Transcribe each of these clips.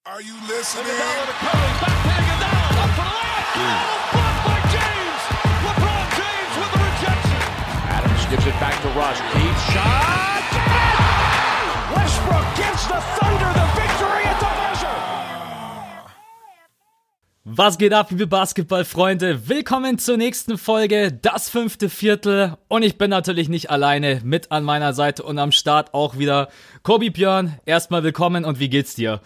Are you listening? Iguodala to Curry, back to Iguodala, up for the layup. Oh, blocked by James. LeBron James with the rejection. Adams gives it back to Russ. Deep shot. Westbrook gives the Thunder the victory at the buzzer. Was geht ab, liebe Basketballfreunde? Willkommen zur nächsten Folge, das 5. Viertel. Und ich bin natürlich nicht alleine, mit an meiner Seite und am Start auch wieder Kobi Björn. Erstmal willkommen und wie geht's dir?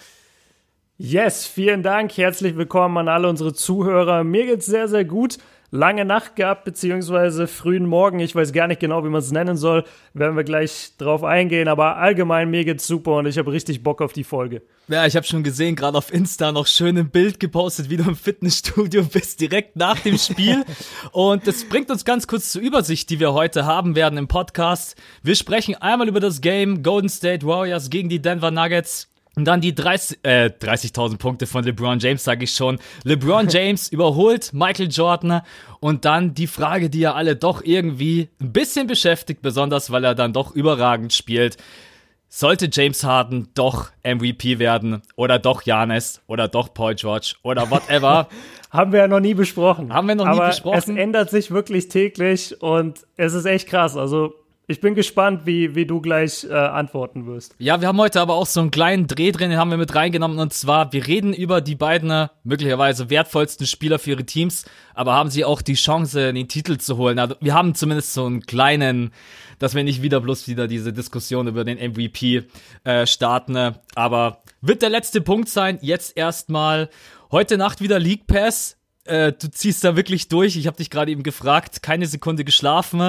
Yes, vielen Dank. Herzlich willkommen an alle unsere Zuhörer. Mir geht's sehr, sehr gut. Lange Nacht gehabt, beziehungsweise frühen Morgen. Ich weiß gar nicht genau, wie man es nennen soll. Werden wir gleich drauf eingehen. Aber allgemein, mir geht's super und ich habe richtig Bock auf die Folge. Ja, ich habe schon gesehen, gerade auf Insta noch schön ein Bild gepostet, wie du im Fitnessstudio bist, direkt nach dem Spiel. Und das bringt uns ganz kurz zur Übersicht, die wir heute haben werden im Podcast. Wir sprechen einmal über das Game Golden State Warriors gegen die Denver Nuggets. Und dann die 30.000 Punkte von LeBron James, sage ich schon. LeBron James überholt Michael Jordan. Und dann die Frage, die ja alle doch irgendwie ein bisschen beschäftigt, besonders weil er dann doch überragend spielt. Sollte James Harden doch MVP werden oder doch Giannis oder doch Paul George oder whatever? Haben wir ja noch nie besprochen. Aber es ändert sich wirklich täglich und es ist echt krass. Also ich bin gespannt, wie du gleich antworten wirst. Ja, wir haben heute aber auch so einen kleinen Dreh drin, den haben wir mit reingenommen. Und zwar, wir reden über die beiden möglicherweise wertvollsten Spieler für ihre Teams, aber haben sie auch die Chance, den Titel zu holen? Also wir haben zumindest so einen kleinen, dass wir nicht wieder diese Diskussion über den MVP starten. Aber wird der letzte Punkt sein. Jetzt erstmal heute Nacht wieder League Pass. Du ziehst da wirklich durch. Ich habe dich gerade eben gefragt, keine Sekunde geschlafen.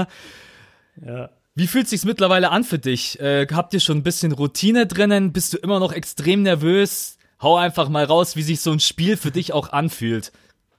Ja. Wie fühlt sich's mittlerweile an für dich? Habt ihr schon ein bisschen Routine drinnen? Bist du immer noch extrem nervös? Hau einfach mal raus, wie sich so ein Spiel für dich auch anfühlt.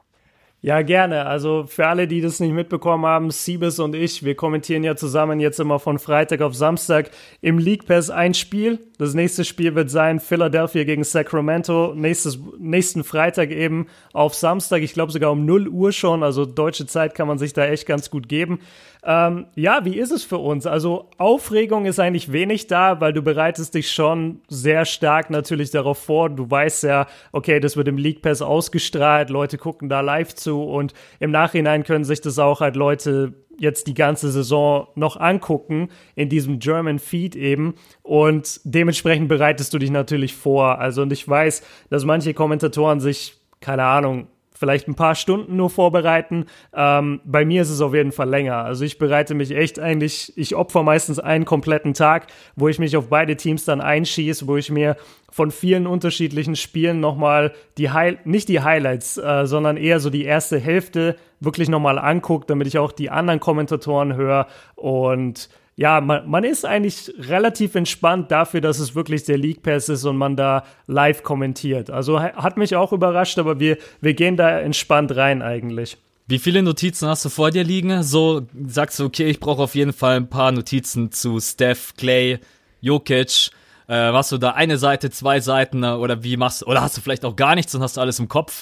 Ja, gerne. Also für alle, die das nicht mitbekommen haben, Siebes und ich, wir kommentieren ja zusammen jetzt immer von Freitag auf Samstag im League Pass ein Spiel. Das nächste Spiel wird sein Philadelphia gegen Sacramento. Nächsten Freitag eben auf Samstag. Ich glaube sogar um 0 Uhr schon. Also deutsche Zeit kann man sich da echt ganz gut geben. Ja, wie ist es für uns? Also Aufregung ist eigentlich wenig da, weil du bereitest dich schon sehr stark natürlich darauf vor. Du weißt ja, okay, das wird im League Pass ausgestrahlt, Leute gucken da live zu und im Nachhinein können sich das auch halt Leute jetzt die ganze Saison noch angucken, in diesem German Feed eben und dementsprechend bereitest du dich natürlich vor. Also und ich weiß, dass manche Kommentatoren sich, keine Ahnung, vielleicht ein paar Stunden nur vorbereiten. Bei mir ist es auf jeden Fall länger. Also ich bereite mich echt ich opfer meistens einen kompletten Tag, wo ich mich auf beide Teams dann einschieße, wo ich mir von vielen unterschiedlichen Spielen nochmal nicht die Highlights, sondern eher so die erste Hälfte wirklich nochmal angucke, damit ich auch die anderen Kommentatoren höre und ja, man ist eigentlich relativ entspannt dafür, dass es wirklich der League Pass ist und man da live kommentiert. Also hat mich auch überrascht, aber wir gehen da entspannt rein eigentlich. Wie viele Notizen hast du vor dir liegen? So sagst du, okay, ich brauche auf jeden Fall ein paar Notizen zu Steph, Clay, Jokic. Machst du da eine Seite, 2 Seiten oder wie machst du? Oder hast du vielleicht auch gar nichts und hast du alles im Kopf?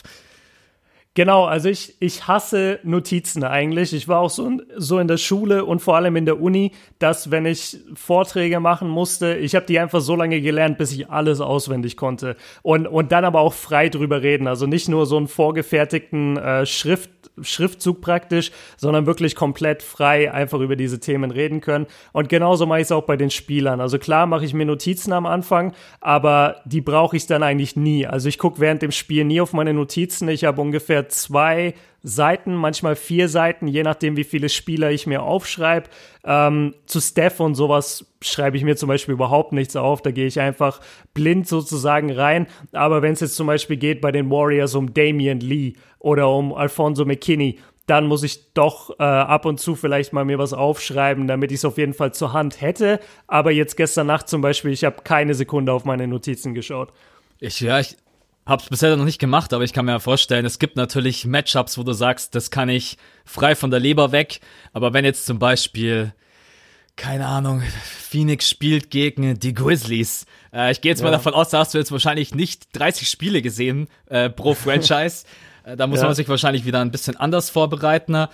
Genau, also ich hasse Notizen eigentlich. Ich war auch so in der Schule und vor allem in der Uni, dass wenn ich Vorträge machen musste, ich habe die einfach so lange gelernt, bis ich alles auswendig konnte. Und dann aber auch frei drüber reden. Also nicht nur so einen vorgefertigten Schriftzug praktisch, sondern wirklich komplett frei einfach über diese Themen reden können. Und genauso mache ich es auch bei den Spielern. Also klar mache ich mir Notizen am Anfang, aber die brauche ich dann eigentlich nie. Also ich gucke während dem Spiel nie auf meine Notizen. Ich habe ungefähr 2 Seiten, manchmal 4 Seiten, je nachdem, wie viele Spieler ich mir aufschreibe. Zu Steph und sowas schreibe ich mir zum Beispiel überhaupt nichts auf. Da gehe ich einfach blind sozusagen rein. Aber wenn es jetzt zum Beispiel geht bei den Warriors um Damian Lee oder um Alfonso McKinney, dann muss ich doch ab und zu vielleicht mal mir was aufschreiben, damit ich es auf jeden Fall zur Hand hätte. Aber jetzt gestern Nacht zum Beispiel, ich habe keine Sekunde auf meine Notizen geschaut. Ich hab's bisher noch nicht gemacht, aber ich kann mir ja vorstellen, es gibt natürlich Matchups, wo du sagst, das kann ich frei von der Leber weg. Aber wenn jetzt zum Beispiel, keine Ahnung, Phoenix spielt gegen die Grizzlies. Ich gehe jetzt mal davon aus, da hast du jetzt wahrscheinlich nicht 30 Spiele gesehen pro Franchise. Da muss man sich wahrscheinlich wieder ein bisschen anders vorbereiten.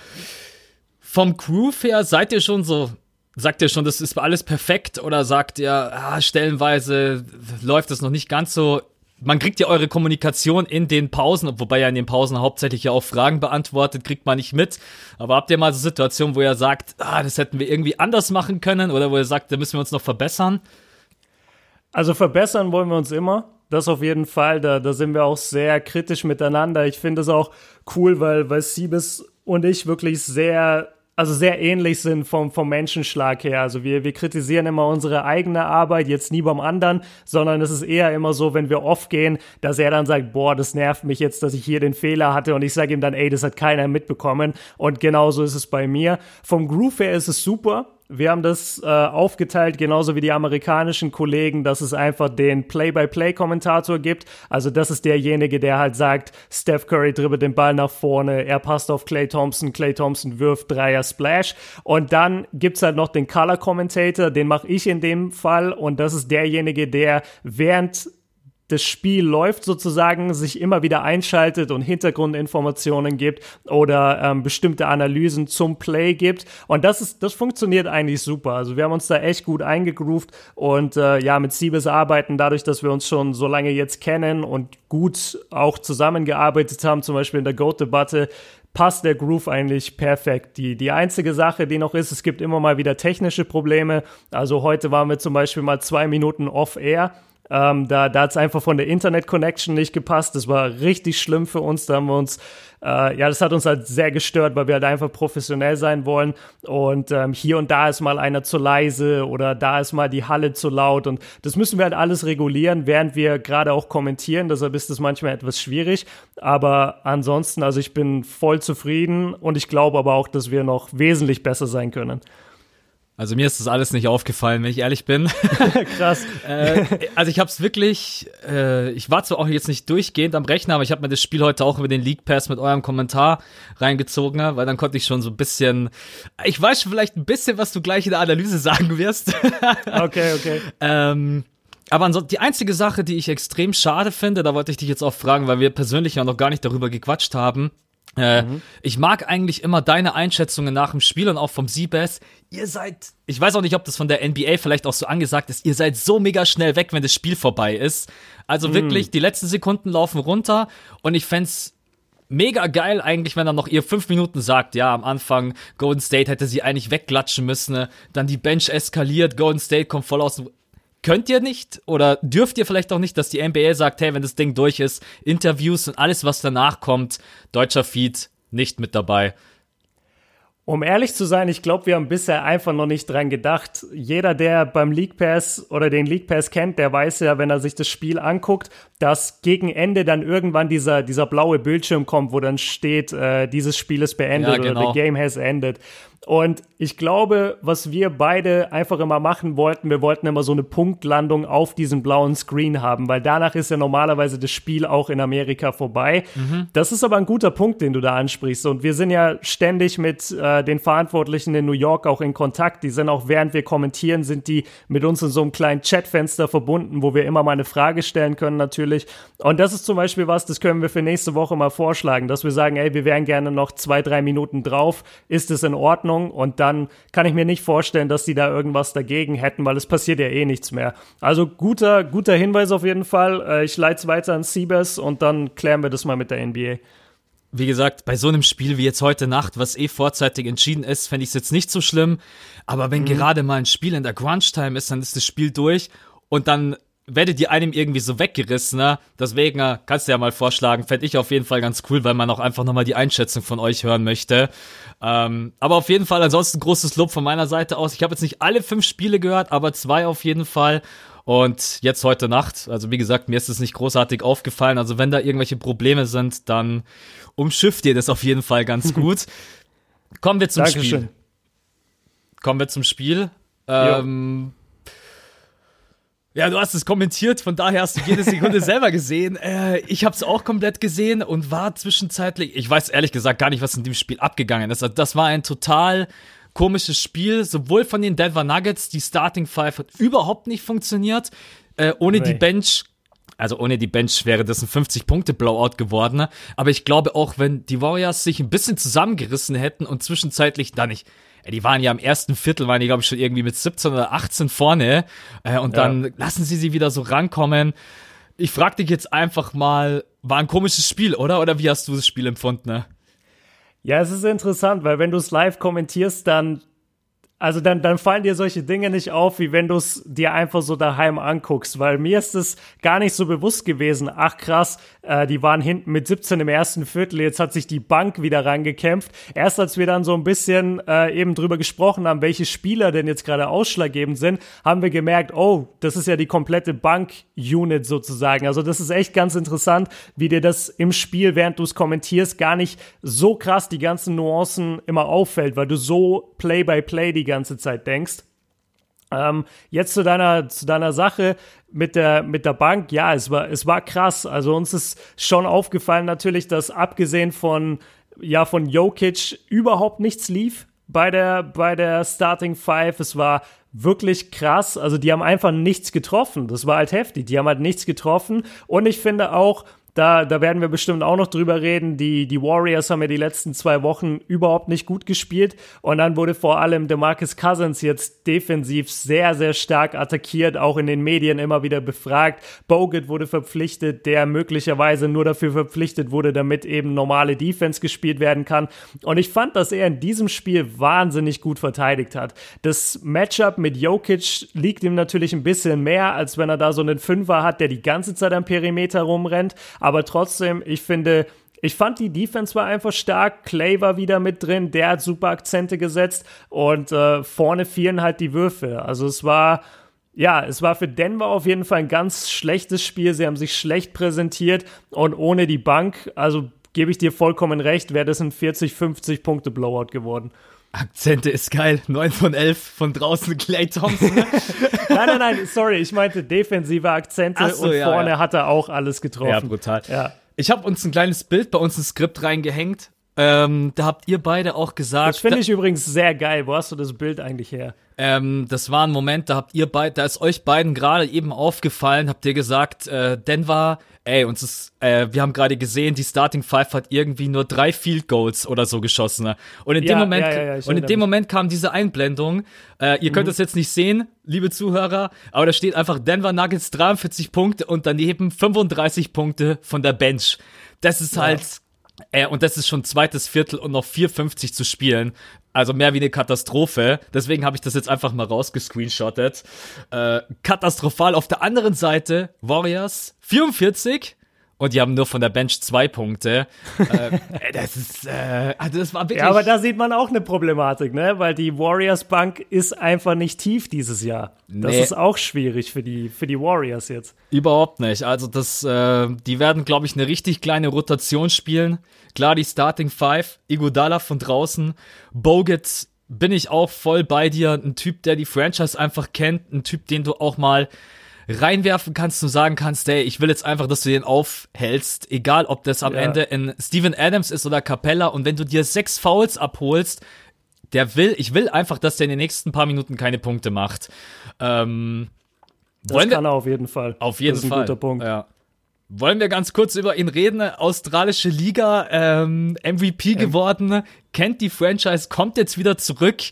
Vom Groove her seid ihr schon so, sagt ihr schon, das ist alles perfekt oder sagt ihr, stellenweise läuft es noch nicht ganz so man kriegt ja eure Kommunikation in den Pausen, wobei ja in den Pausen hauptsächlich ja auch Fragen beantwortet, kriegt man nicht mit. Aber habt ihr mal so Situationen, wo ihr sagt, das hätten wir irgendwie anders machen können, oder wo ihr sagt, da müssen wir uns noch verbessern? Also verbessern wollen wir uns immer. Das auf jeden Fall, da sind wir auch sehr kritisch miteinander. Ich finde es auch cool, weil Siebes und ich wirklich sehr ähnlich sind vom Menschenschlag her. Also wir kritisieren immer unsere eigene Arbeit, jetzt nie beim anderen, sondern es ist eher immer so, wenn wir off gehen, dass er dann sagt, boah, das nervt mich jetzt, dass ich hier den Fehler hatte, und ich sage ihm dann, ey, das hat keiner mitbekommen, und genauso ist es bei mir. Vom Groove her ist es super. Wir haben das aufgeteilt, genauso wie die amerikanischen Kollegen, dass es einfach den Play-by-Play-Kommentator gibt. Also das ist derjenige, der halt sagt, Steph Curry dribbelt den Ball nach vorne, er passt auf Klay Thompson wirft Dreier, Splash. Und dann gibt's halt noch den Color-Commentator, den mache ich in dem Fall. Und das ist derjenige, der während das Spiel läuft sozusagen, sich immer wieder einschaltet und Hintergrundinformationen gibt oder bestimmte Analysen zum Play gibt, und das funktioniert eigentlich super. Also wir haben uns da echt gut eingegroovt und mit Siebes arbeiten, dadurch, dass wir uns schon so lange jetzt kennen und gut auch zusammengearbeitet haben, zum Beispiel in der GOAT-Debatte, passt der Groove eigentlich perfekt. Die einzige Sache, die noch ist, es gibt immer mal wieder technische Probleme. Also heute waren wir zum Beispiel mal 2 Minuten off-air. Da hat es einfach von der Internet-Connection nicht gepasst. Das war richtig schlimm für uns. Da haben wir uns, das hat uns halt sehr gestört, weil wir halt einfach professionell sein wollen. Und hier und da ist mal einer zu leise oder da ist mal die Halle zu laut. Und das müssen wir halt alles regulieren, während wir gerade auch kommentieren. Deshalb ist das manchmal etwas schwierig. Aber ansonsten, also ich bin voll zufrieden, und ich glaube aber auch, dass wir noch wesentlich besser sein können. Also mir ist das alles nicht aufgefallen, wenn ich ehrlich bin. Krass. Also ich habe es wirklich, ich war zwar auch jetzt nicht durchgehend am Rechner, aber ich habe mir das Spiel heute auch über den League Pass mit eurem Kommentar reingezogen, weil dann konnte ich schon so ein bisschen, ich weiß schon vielleicht ein bisschen, was du gleich in der Analyse sagen wirst. Okay. Aber ansonsten, die einzige Sache, die ich extrem schade finde, da wollte ich dich jetzt auch fragen, weil wir persönlich ja noch gar nicht darüber gequatscht haben. Ich mag eigentlich immer deine Einschätzungen nach dem Spiel und auch vom Siebes. Ihr seid, ich weiß auch nicht, ob das von der NBA vielleicht auch so angesagt ist, ihr seid so mega schnell weg, wenn das Spiel vorbei ist. Also wirklich, die letzten Sekunden laufen runter, und ich fänd's mega geil eigentlich, wenn er noch ihr 5 Minuten sagt, ja, am Anfang, Golden State hätte sie eigentlich wegklatschen müssen, dann die Bench eskaliert, Golden State kommt voll aus dem... Könnt ihr nicht oder dürft ihr vielleicht auch nicht, dass die NBA sagt, hey, wenn das Ding durch ist, Interviews und alles, was danach kommt, deutscher Feed nicht mit dabei? Um ehrlich zu sein, ich glaube, wir haben bisher einfach noch nicht dran gedacht. Jeder, der beim League Pass oder den League Pass kennt, der weiß ja, wenn er sich das Spiel anguckt, dass gegen Ende dann irgendwann dieser blaue Bildschirm kommt, wo dann steht, dieses Spiel ist beendet, ja, genau, oder the game has ended. Und ich glaube, was wir beide einfach immer machen wollten, wir wollten immer so eine Punktlandung auf diesem blauen Screen haben, weil danach ist ja normalerweise das Spiel auch in Amerika vorbei. Das ist aber ein guter Punkt, den du da ansprichst. Und wir sind ja ständig mit den Verantwortlichen in New York auch in Kontakt. Die sind auch, während wir kommentieren, sind die mit uns in so einem kleinen Chatfenster verbunden, wo wir immer mal eine Frage stellen können natürlich. Und das ist zum Beispiel was, das können wir für nächste Woche mal vorschlagen, dass wir sagen, ey, wir wären gerne noch 2-3 Minuten drauf. Ist es in Ordnung? Und dann kann ich mir nicht vorstellen, dass die da irgendwas dagegen hätten, weil es passiert ja eh nichts mehr. Also guter Hinweis auf jeden Fall. Ich leite es weiter an Siebes und dann klären wir das mal mit der NBA. Wie gesagt, bei so einem Spiel wie jetzt heute Nacht, was vorzeitig entschieden ist, fände ich es jetzt nicht so schlimm. Aber wenn gerade mal ein Spiel in der Crunch-Time ist, dann ist das Spiel durch und dann werdet ihr einem irgendwie so weggerissen, ne? Deswegen kannst du ja mal vorschlagen, fände ich auf jeden Fall ganz cool, weil man auch einfach nochmal die Einschätzung von euch hören möchte. Aber auf jeden Fall ansonsten großes Lob von meiner Seite aus. Ich habe jetzt nicht alle 5 Spiele gehört, aber 2 auf jeden Fall. Und jetzt heute Nacht, also wie gesagt, mir ist es nicht großartig aufgefallen. Also wenn da irgendwelche Probleme sind, dann umschifft ihr das auf jeden Fall ganz gut. Kommen wir zum Dankeschön. Spiel. Ja, du hast es kommentiert, von daher hast du jede Sekunde selber gesehen. Ich habe es auch komplett gesehen und war zwischenzeitlich, ich weiß ehrlich gesagt gar nicht, was in dem Spiel abgegangen ist. Also das war ein total komisches Spiel, sowohl von den Denver Nuggets, die Starting Five hat überhaupt nicht funktioniert. Ohne die Bench wäre das ein 50-Punkte-Blowout geworden. Ne? Aber ich glaube auch, wenn die Warriors sich ein bisschen zusammengerissen hätten und zwischenzeitlich da nicht, die waren ja im ersten Viertel, glaube ich, schon irgendwie mit 17 oder 18 vorne. Und dann lassen sie wieder so rankommen. Ich frag dich jetzt einfach mal, war ein komisches Spiel, oder? Oder wie hast du das Spiel empfunden, ne? Ja, es ist interessant, weil wenn du es live kommentierst, dann fallen dir solche Dinge nicht auf, wie wenn du es dir einfach so daheim anguckst, weil mir ist es gar nicht so bewusst gewesen. Ach krass, die waren hinten mit 17 im ersten Viertel, jetzt hat sich die Bank wieder rangekämpft. Erst als wir dann so ein bisschen eben drüber gesprochen haben, welche Spieler denn jetzt gerade ausschlaggebend sind, haben wir gemerkt, oh, das ist ja die komplette Bank-Unit sozusagen. Also das ist echt ganz interessant, wie dir das im Spiel, während du es kommentierst, gar nicht so krass die ganzen Nuancen immer auffällt, weil du so Play-by-Play die ganze Zeit denkst. Jetzt zu deiner Sache mit der Bank. Ja, es war krass. Also uns ist schon aufgefallen natürlich, dass abgesehen von Jokic überhaupt nichts lief bei der Starting Five. Es war wirklich krass. Also die haben einfach nichts getroffen. Das war halt heftig. Die haben halt nichts getroffen. Und ich finde auch, da werden wir bestimmt auch noch drüber reden. Die Warriors haben ja die letzten 2 Wochen überhaupt nicht gut gespielt. Und dann wurde vor allem DeMarcus Cousins jetzt defensiv sehr, sehr stark attackiert, auch in den Medien immer wieder befragt. Bogut wurde verpflichtet, der möglicherweise nur dafür verpflichtet wurde, damit eben normale Defense gespielt werden kann. Und ich fand, dass er in diesem Spiel wahnsinnig gut verteidigt hat. Das Matchup mit Jokic liegt ihm natürlich ein bisschen mehr, als wenn er da so einen Fünfer hat, der die ganze Zeit am Perimeter rumrennt. Aber trotzdem, ich fand die Defense war einfach stark. Clay war wieder mit drin, der hat super Akzente gesetzt und vorne fielen halt die Würfe. Also es war für Denver auf jeden Fall ein ganz schlechtes Spiel. Sie haben sich schlecht präsentiert und ohne die Bank, also gebe ich dir vollkommen recht, wäre das ein 40-50 Punkte Blowout geworden. Akzente ist geil. 9 von 11 von draußen Klay Thompson. Nein, sorry, ich meinte defensive Akzente so, und ja, vorne hat er auch alles getroffen. Ja, brutal. Ja. Ich habe uns ein kleines Bild bei uns ins Skript reingehängt. Da habt ihr beide auch gesagt. Das finde ich übrigens sehr geil. Wo hast du das Bild eigentlich her? Das war ein Moment, da ist euch beiden gerade eben aufgefallen, habt ihr gesagt, Denver, wir haben gerade gesehen, die Starting Five hat irgendwie nur 3 Field Goals oder so geschossen. Und in dem Moment kam diese Einblendung. Ihr könnt es jetzt nicht sehen, liebe Zuhörer, aber da steht einfach Denver Nuggets 43 Punkte und daneben 35 Punkte von der Bench. Das ist halt, und das ist schon zweites Viertel und noch 4:50 zu spielen. Also mehr wie eine Katastrophe. Deswegen habe ich das jetzt einfach mal rausgescreenshottet. Katastrophal. Auf der anderen Seite Warriors 44 und die haben nur von der Bench 2 Punkte. Das war wirklich... Ja, aber da sieht man auch eine Problematik, ne? Weil die Warriors-Bank ist einfach nicht tief dieses Jahr. Das ist auch schwierig für die Warriors jetzt. Überhaupt nicht. Also die werden, glaube ich, eine richtig kleine Rotation spielen. Klar, die Starting Five, Iguodala von draußen, Bogut, bin ich auch voll bei dir. Ein Typ, der die Franchise einfach kennt, ein Typ, den du auch mal reinwerfen kannst und sagen kannst, hey, ich will jetzt einfach, dass du den aufhältst, egal ob das am Ende in Steven Adams ist oder Capella, und wenn du dir 6 Fouls abholst, ich will einfach, dass der in den nächsten paar Minuten keine Punkte macht. Das kann er auf jeden Fall. Auf jeden Fall. Das ist ein guter Punkt. Ja. Wollen wir ganz kurz über ihn reden? Australische Liga, MVP geworden, kennt die Franchise, kommt jetzt wieder zurück.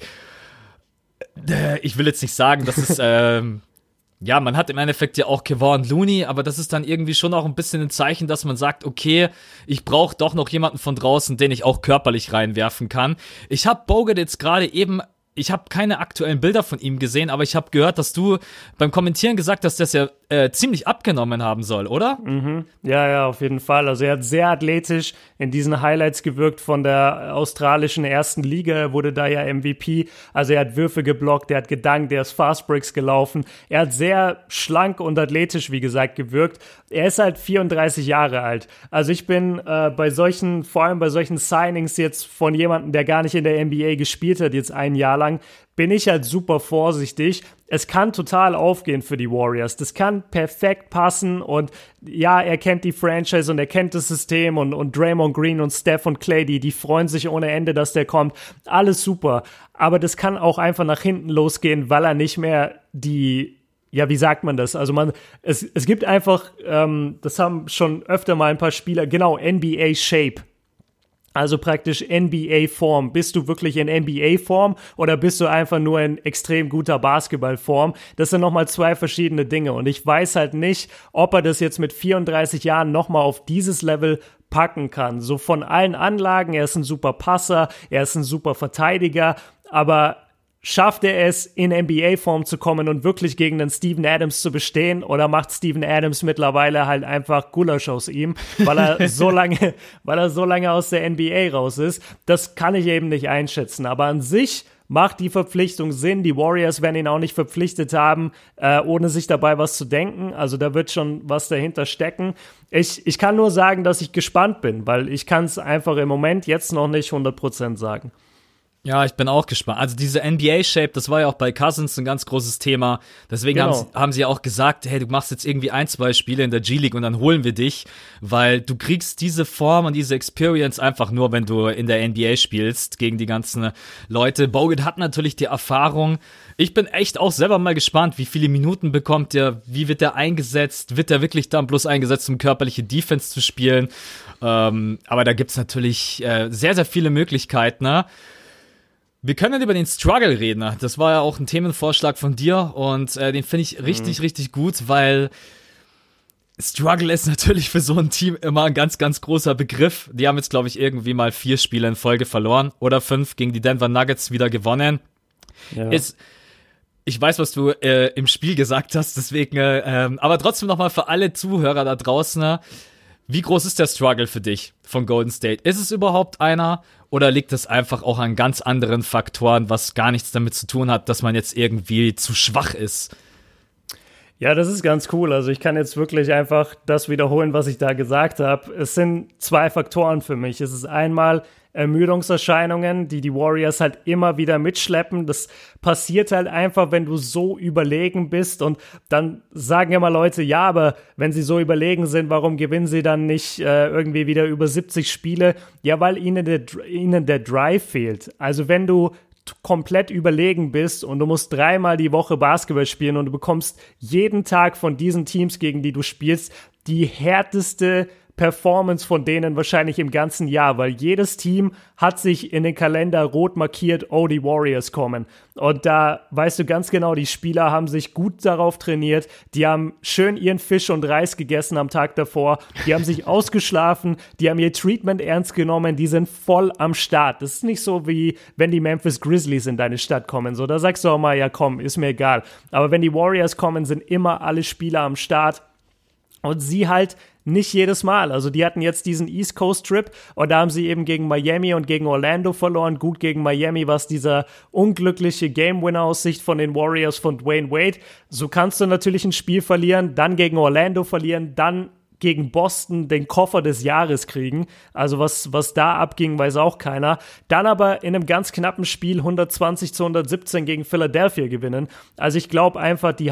Ich will jetzt nicht sagen, dass es, man hat im Endeffekt ja auch Kevon Looney, aber das ist dann irgendwie schon auch ein bisschen ein Zeichen, dass man sagt, okay, ich brauche doch noch jemanden von draußen, den ich auch körperlich reinwerfen kann. Ich habe Bogut jetzt gerade eben, ich habe keine aktuellen Bilder von ihm gesehen, aber ich habe gehört, dass du beim Kommentieren gesagt hast, dass er ziemlich abgenommen haben soll, oder? Mhm. Ja, auf jeden Fall. Also er hat sehr athletisch in diesen Highlights gewirkt von der australischen ersten Liga. Er wurde da ja MVP. Also er hat Würfe geblockt, er hat gedankt, er ist Fast Breaks gelaufen. Er hat sehr schlank und athletisch, wie gesagt, gewirkt. Er ist halt 34 Jahre alt. Also ich bin vor allem bei solchen Signings jetzt von jemandem, der gar nicht in der NBA gespielt hat, jetzt ein Jahr lang, bin ich halt super vorsichtig. Es kann total aufgehen für die Warriors. Das kann perfekt passen und ja, er kennt die Franchise und er kennt das System und Draymond Green und Steph und Clay, die freuen sich ohne Ende, dass der kommt. Alles super. Aber das kann auch einfach nach hinten losgehen, weil er nicht mehr wie sagt man das? Also es gibt einfach, das haben schon öfter mal ein paar Spieler, genau, NBA Shape. Also praktisch NBA-Form. Bist du wirklich in NBA-Form oder bist du einfach nur in extrem guter Basketball-Form? Das sind nochmal zwei verschiedene Dinge. Und ich weiß halt nicht, ob er das jetzt mit 34 Jahren nochmal auf dieses Level packen kann. So von allen Anlagen, er ist ein super Passer, er ist ein super Verteidiger, aber schafft er es, in NBA-Form zu kommen und wirklich gegen den Steven Adams zu bestehen, oder macht Steven Adams mittlerweile halt einfach Gulasch aus ihm, weil er so lange aus der NBA raus ist? Das kann ich eben nicht einschätzen, aber an sich macht die Verpflichtung Sinn. Die Warriors werden ihn auch nicht verpflichtet haben, ohne sich dabei was zu denken. Also da wird schon was dahinter stecken. Ich kann nur sagen, dass ich gespannt bin, weil ich kann es einfach im Moment jetzt noch nicht 100% sagen. Ja, ich bin auch gespannt. Also diese NBA-Shape, das war ja auch bei Cousins ein ganz großes Thema. Deswegen haben sie ja auch gesagt, hey, du machst jetzt irgendwie 1-2 Spiele in der G-League und dann holen wir dich, weil du kriegst diese Form und diese Experience einfach nur, wenn du in der NBA spielst, gegen die ganzen Leute. Bogut hat natürlich die Erfahrung. Ich bin echt auch selber mal gespannt, wie viele Minuten bekommt er, wie wird er eingesetzt, wird er wirklich dann bloß eingesetzt, um körperliche Defense zu spielen? Aber da gibt's natürlich sehr, sehr viele Möglichkeiten, ne? Wir können über den Struggle reden. Das war ja auch ein Themenvorschlag von dir und den finde ich richtig, richtig gut, weil Struggle ist natürlich für so ein Team immer ein ganz, ganz großer Begriff. Die haben jetzt, glaube ich, irgendwie mal 4 Spiele in Folge verloren oder 5 gegen die Denver Nuggets wieder gewonnen. Ja. Ich weiß, was du im Spiel gesagt hast, deswegen, aber trotzdem nochmal für alle Zuhörer da draußen, wie groß ist der Struggle für dich von Golden State? Ist es überhaupt einer oder liegt es einfach auch an ganz anderen Faktoren, was gar nichts damit zu tun hat, dass man jetzt irgendwie zu schwach ist? Ja, das ist ganz cool. Also ich kann jetzt wirklich einfach das wiederholen, was ich da gesagt habe. Es sind 2 Faktoren für mich. Es ist einmal Ermüdungserscheinungen, die Warriors halt immer wieder mitschleppen. Das passiert halt einfach, wenn du so überlegen bist, und dann sagen immer Leute, ja, aber wenn sie so überlegen sind, warum gewinnen sie dann nicht irgendwie wieder über 70 Spiele? Ja, weil ihnen der Drive fehlt. Also wenn du komplett überlegen bist und du musst 3-mal die Woche Basketball spielen und du bekommst jeden Tag von diesen Teams, gegen die du spielst, die härteste Performance von denen wahrscheinlich im ganzen Jahr, weil jedes Team hat sich in den Kalender rot markiert, oh, die Warriors kommen. Und da weißt du ganz genau, die Spieler haben sich gut darauf trainiert, die haben schön ihren Fisch und Reis gegessen am Tag davor, die haben sich ausgeschlafen, die haben ihr Treatment ernst genommen, die sind voll am Start. Das ist nicht so, wie wenn die Memphis Grizzlies in deine Stadt kommen. So, da sagst du auch mal, ja komm, ist mir egal. Aber wenn die Warriors kommen, sind immer alle Spieler am Start. Und sie halt nicht jedes Mal. Also die hatten jetzt diesen East Coast Trip und da haben sie eben gegen Miami und gegen Orlando verloren. Gut, gegen Miami war es dieser unglückliche Game-Winner aus Sicht von den Warriors von Dwayne Wade. So kannst du natürlich ein Spiel verlieren, dann gegen Orlando verlieren, dann gegen Boston den Koffer des Jahres kriegen. Also was da abging, weiß auch keiner. Dann aber in einem ganz knappen Spiel 120-117 gegen Philadelphia gewinnen. Also ich glaube einfach, die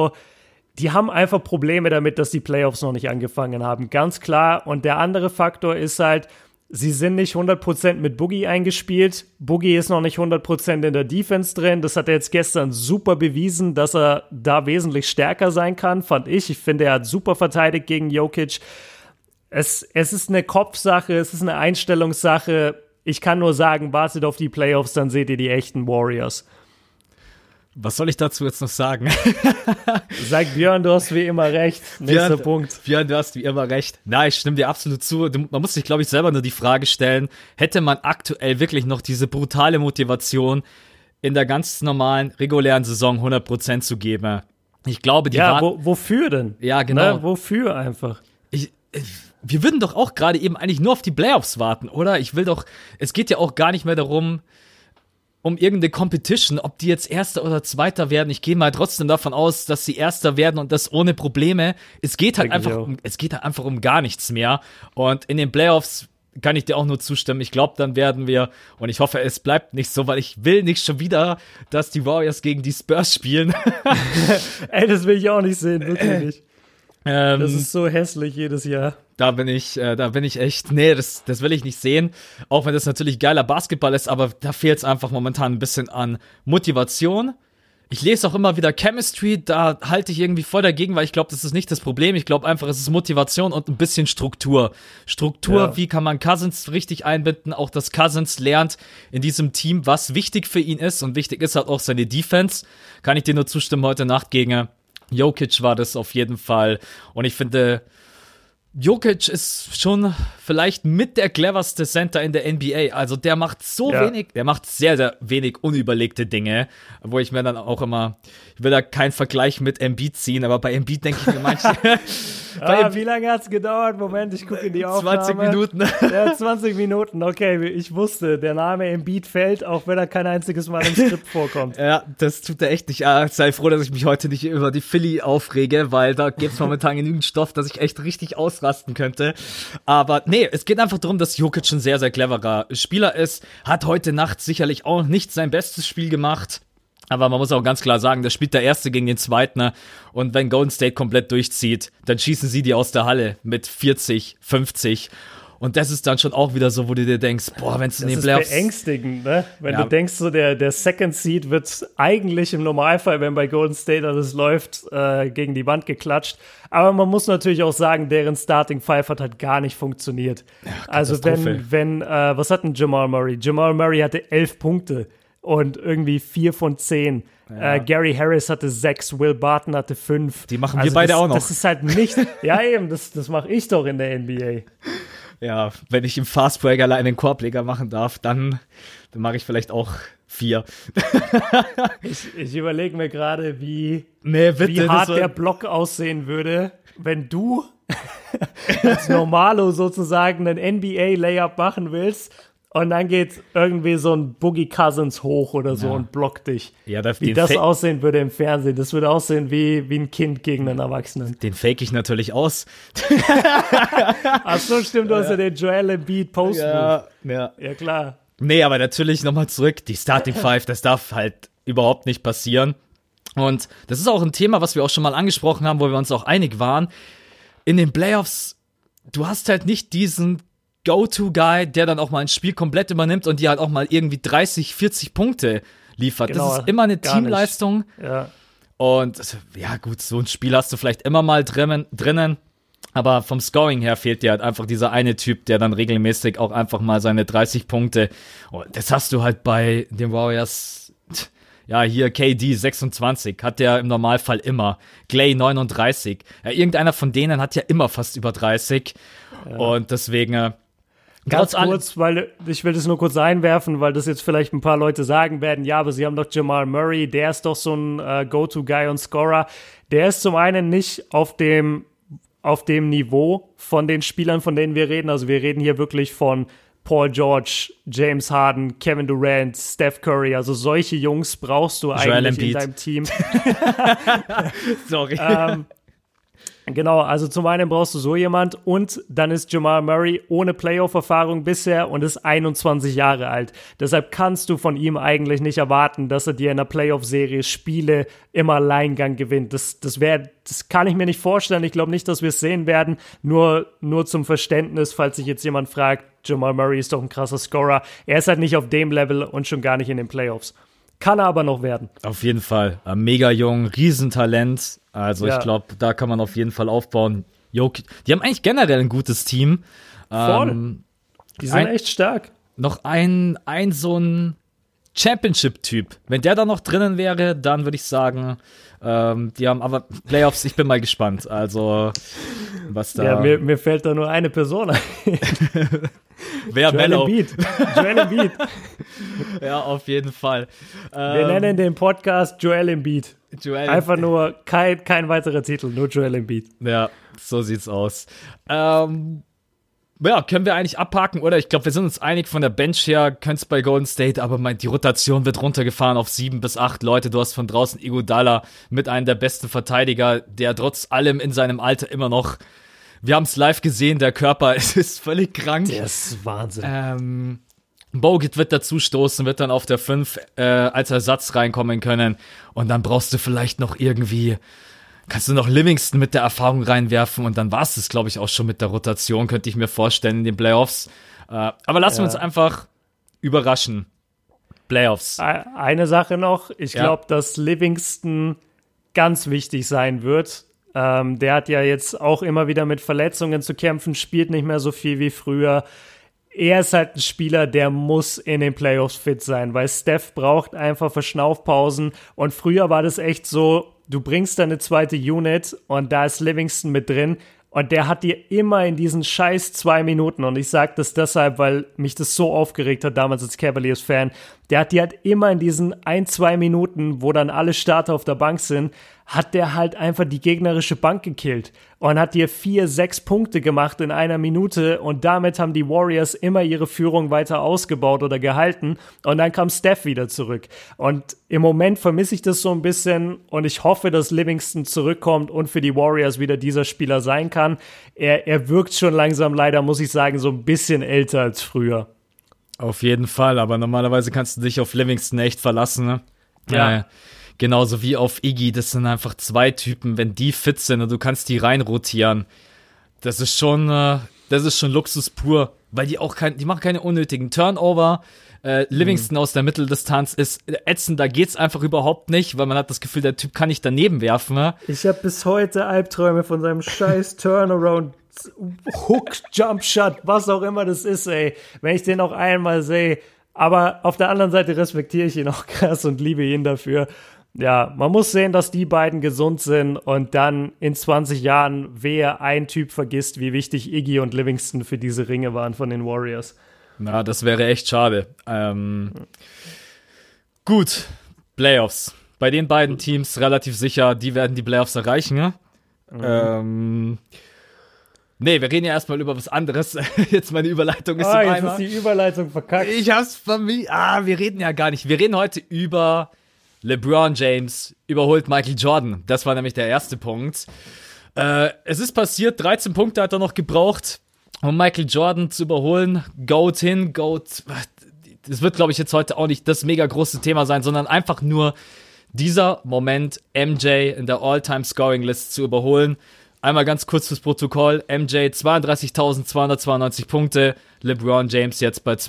haben einfach Probleme damit, dass die Playoffs noch nicht angefangen haben. Ganz klar. Und der andere Faktor ist halt, sie sind nicht 100% mit Boogie eingespielt. Boogie ist noch nicht 100% in der Defense drin. Das hat er jetzt gestern super bewiesen, dass er da wesentlich stärker sein kann, fand ich. Ich finde, er hat super verteidigt gegen Jokic. Es ist eine Kopfsache, es ist eine Einstellungssache. Ich kann nur sagen, wartet auf die Playoffs, dann seht ihr die echten Warriors. Was soll ich dazu jetzt noch sagen? Sag Björn, du hast wie immer recht. Nächster Punkt. Björn, du hast wie immer recht. Na, ich stimme dir absolut zu. Man muss sich, glaube ich, selber nur die Frage stellen, hätte man aktuell wirklich noch diese brutale Motivation, in der ganz normalen, regulären Saison 100% zu geben? Ich glaube, die waren... wofür denn? Ja, genau. Na, wofür einfach? Wir würden doch auch gerade eben eigentlich nur auf die Playoffs warten, oder? Es geht ja auch gar nicht mehr darum, um irgendeine Competition, ob die jetzt Erster oder Zweiter werden. Ich gehe mal trotzdem davon aus, dass sie Erster werden und das ohne Probleme. Es geht halt einfach um gar nichts mehr. Und in den Playoffs kann ich dir auch nur zustimmen. Ich glaube, dann werden wir, und ich hoffe, es bleibt nicht so, weil ich will nicht schon wieder, dass die Warriors gegen die Spurs spielen. Ey, das will ich auch nicht sehen, wirklich nicht. Das ist so hässlich jedes Jahr. Da bin ich echt, nee, das will ich nicht sehen. Auch wenn das natürlich geiler Basketball ist, aber da fehlt es einfach momentan ein bisschen an Motivation. Ich lese auch immer wieder Chemistry, da halte ich irgendwie voll dagegen, weil ich glaube, das ist nicht das Problem. Ich glaube einfach, es ist Motivation und ein bisschen Struktur. Struktur, Wie kann man Cousins richtig einbinden, auch dass Cousins lernt in diesem Team, was wichtig für ihn ist. Und wichtig ist halt auch seine Defense. Kann ich dir nur zustimmen, heute Nacht gegen Jokic war das auf jeden Fall. Und ich finde, Jokic ist schon vielleicht mit der cleverste Center in der NBA. Also der macht der macht sehr, sehr wenig unüberlegte Dinge, wo ich mir dann auch immer, ich will da keinen Vergleich mit Embiid ziehen, aber bei Embiid denke ich mir manchmal, wie lange hat's gedauert? Moment, ich gucke in die Aufnahme. 20 Minuten. Ja, 20 Minuten, okay, ich wusste, der Name Embiid fällt, auch wenn er kein einziges Mal im Skript vorkommt. Ja, das tut er echt nicht. Sei froh, dass ich mich heute nicht über die Philly aufrege, weil da gibt's momentan genügend Stoff, dass ich echt richtig ausrasten könnte. Aber nee, es geht einfach darum, dass Jokic ein sehr, sehr cleverer Spieler ist. Hat heute Nacht sicherlich auch nicht sein bestes Spiel gemacht. Aber man muss auch ganz klar sagen, da spielt der Erste gegen den Zweiten. Und wenn Golden State komplett durchzieht, dann schießen sie die aus der Halle mit 40, 50. Und das ist dann schon auch wieder so, wo du dir denkst, boah, wenn es in den Playoffs... Das ist beängstigend, ne? Wenn du denkst, so der Second Seed wird eigentlich im Normalfall, wenn bei Golden State alles läuft, gegen die Wand geklatscht. Aber man muss natürlich auch sagen, deren Starting Five hat halt gar nicht funktioniert. Ja, also was hat denn Jamal Murray? Jamal Murray hatte 11 Punkte. Und irgendwie 4 von 10. Ja. Gary Harris hatte 6, Will Barton hatte 5. Die machen wir beide auch noch. Das ist halt nicht, ja eben, das mache ich doch in der NBA. Ja, wenn ich im Fastbreak alleine einen Korbleger machen darf, dann mache ich vielleicht auch 4. Ich überlege mir gerade, wie bitte, hart der Block aussehen würde, wenn du als Normalo sozusagen einen NBA-Layup machen willst. Und dann geht irgendwie so ein Boogie Cousins hoch oder so und blockt dich. Ja, wie das aussehen würde im Fernsehen. Das würde aussehen wie ein Kind gegen einen Erwachsenen. Den fake ich natürlich aus. Ach so, stimmt, du hast ja den Joel Embiid Post-Move. Ja, klar. Nee, aber natürlich nochmal zurück. Die Starting Five, das darf halt überhaupt nicht passieren. Und das ist auch ein Thema, was wir auch schon mal angesprochen haben, wo wir uns auch einig waren. In den Playoffs, du hast halt nicht diesen Go-To-Guy, der dann auch mal ein Spiel komplett übernimmt und dir halt auch mal irgendwie 30, 40 Punkte liefert. Genau, das ist immer eine Teamleistung. Ja. Und ja gut, so ein Spiel hast du vielleicht immer mal drinnen, aber vom Scoring her fehlt dir halt einfach dieser eine Typ, der dann regelmäßig auch einfach mal seine 30 Punkte, das hast du halt bei den Warriors, ja hier KD 26, hat der im Normalfall immer, Klay 39, ja, irgendeiner von denen hat ja immer fast über 30 und deswegen... Ganz kurz, weil ich will das nur kurz einwerfen, weil das jetzt vielleicht ein paar Leute sagen werden, ja, aber sie haben doch Jamal Murray, der ist doch so ein Go-To-Guy und Scorer. Der ist zum einen nicht auf dem Niveau von den Spielern, von denen wir reden. Also wir reden hier wirklich von Paul George, James Harden, Kevin Durant, Steph Curry. Also solche Jungs brauchst du eigentlich in deinem Team. Sorry. Genau, also zum einen brauchst du so jemand und dann ist Jamal Murray ohne Playoff-Erfahrung bisher und ist 21 Jahre alt. Deshalb kannst du von ihm eigentlich nicht erwarten, dass er dir in einer Playoff-Serie Spiele im Alleingang gewinnt. Das kann ich mir nicht vorstellen. Ich glaube nicht, dass wir es sehen werden. Nur zum Verständnis, falls sich jetzt jemand fragt, Jamal Murray ist doch ein krasser Scorer. Er ist halt nicht auf dem Level und schon gar nicht in den Playoffs. Kann er aber noch werden. Auf jeden Fall. Mega jung, Riesentalent. Also ich glaube, da kann man auf jeden Fall aufbauen. Die haben eigentlich generell ein gutes Team. Voll. Die sind echt stark. Noch ein so ein Championship-Typ. Wenn der da noch drinnen wäre, dann würde ich sagen, die haben aber Playoffs, ich bin mal gespannt. Also, was da... Ja, mir fällt da nur eine Person ein. Wer? Mello? Joel Embiid. Ja, auf jeden Fall. Wir nennen den Podcast Joel Embiid. Einfach nur kein weiterer Titel, nur Joel Embiid. Ja, so sieht's aus. Ja, können wir eigentlich abhaken, oder? Ich glaube, wir sind uns einig von der Bench her, könnte es bei Golden State, aber die Rotation wird runtergefahren auf 7 bis 8 Leute. Du hast von draußen Iguodala mit einem der besten Verteidiger, der trotz allem in seinem Alter immer noch, wir haben es live gesehen, der Körper ist völlig krank. Der ist Wahnsinn. Bogut wird dazu stoßen, wird dann auf der 5 als Ersatz reinkommen können. Und dann brauchst du vielleicht noch irgendwie, kannst du noch Livingston mit der Erfahrung reinwerfen und dann war es das, glaube ich, auch schon mit der Rotation, könnte ich mir vorstellen in den Playoffs. Aber lassen wir uns einfach überraschen. Playoffs. Eine Sache noch, ich glaube, dass Livingston ganz wichtig sein wird. Der hat ja jetzt auch immer wieder mit Verletzungen zu kämpfen, spielt nicht mehr so viel wie früher. Er ist halt ein Spieler, der muss in den Playoffs fit sein, weil Steph braucht einfach Verschnaufpausen. Und früher war das echt so, du bringst deine zweite Unit und da ist Livingston mit drin. Und der hat dir immer in diesen scheiß 2 Minuten, und ich sage das deshalb, weil mich das so aufgeregt hat damals als Cavaliers-Fan, der hat dir halt immer in diesen 1-2 Minuten, wo dann alle Starter auf der Bank sind, hat der halt einfach die gegnerische Bank gekillt und hat dir 4-6 Punkte gemacht in einer Minute und damit haben die Warriors immer ihre Führung weiter ausgebaut oder gehalten und dann kam Steph wieder zurück. Und im Moment vermisse ich das so ein bisschen und ich hoffe, dass Livingston zurückkommt und für die Warriors wieder dieser Spieler sein kann. Er wirkt schon langsam leider, muss ich sagen, so ein bisschen älter als früher. Auf jeden Fall, aber normalerweise kannst du dich auf Livingston echt verlassen, ne? Ja. Genauso wie auf Iggy, das sind einfach 2 Typen, wenn die fit sind und du kannst die rein rotieren. Das ist schon Luxus pur, weil die machen keine unnötigen Turnover. Livingston aus der Mitteldistanz ist ätzend, da geht's einfach überhaupt nicht, weil man hat das Gefühl, der Typ kann nicht daneben werfen. Ne? Ich habe bis heute Albträume von seinem scheiß Turnaround, Hook, Jump Shot, was auch immer das ist, ey. Wenn ich den noch einmal sehe. Aber auf der anderen Seite respektiere ich ihn auch krass und liebe ihn dafür. Ja, man muss sehen, dass die beiden gesund sind und dann in 20 Jahren, wer ein Typ vergisst, wie wichtig Iggy und Livingston für diese Ringe waren von den Warriors. Na, das wäre echt schade. Gut, Playoffs. Bei den beiden Teams relativ sicher, die werden die Playoffs erreichen. Ne? Nee, wir reden ja erstmal über was anderes. Jetzt meine Überleitung ist im Eimer. Jetzt ist die Überleitung verkackt. Ich hab's von mir. Wir reden ja gar nicht. Wir reden heute über LeBron James überholt Michael Jordan. Das war nämlich der erste Punkt. Es ist passiert, 13 Punkte hat er noch gebraucht, um Michael Jordan zu überholen. Goat hin, Goat. Das wird, glaube ich, jetzt heute auch nicht das mega große Thema sein, sondern einfach nur dieser Moment, MJ in der All-Time-Scoring-List zu überholen. Einmal ganz kurz fürs Protokoll. MJ 32.292 Punkte. LeBron James jetzt bei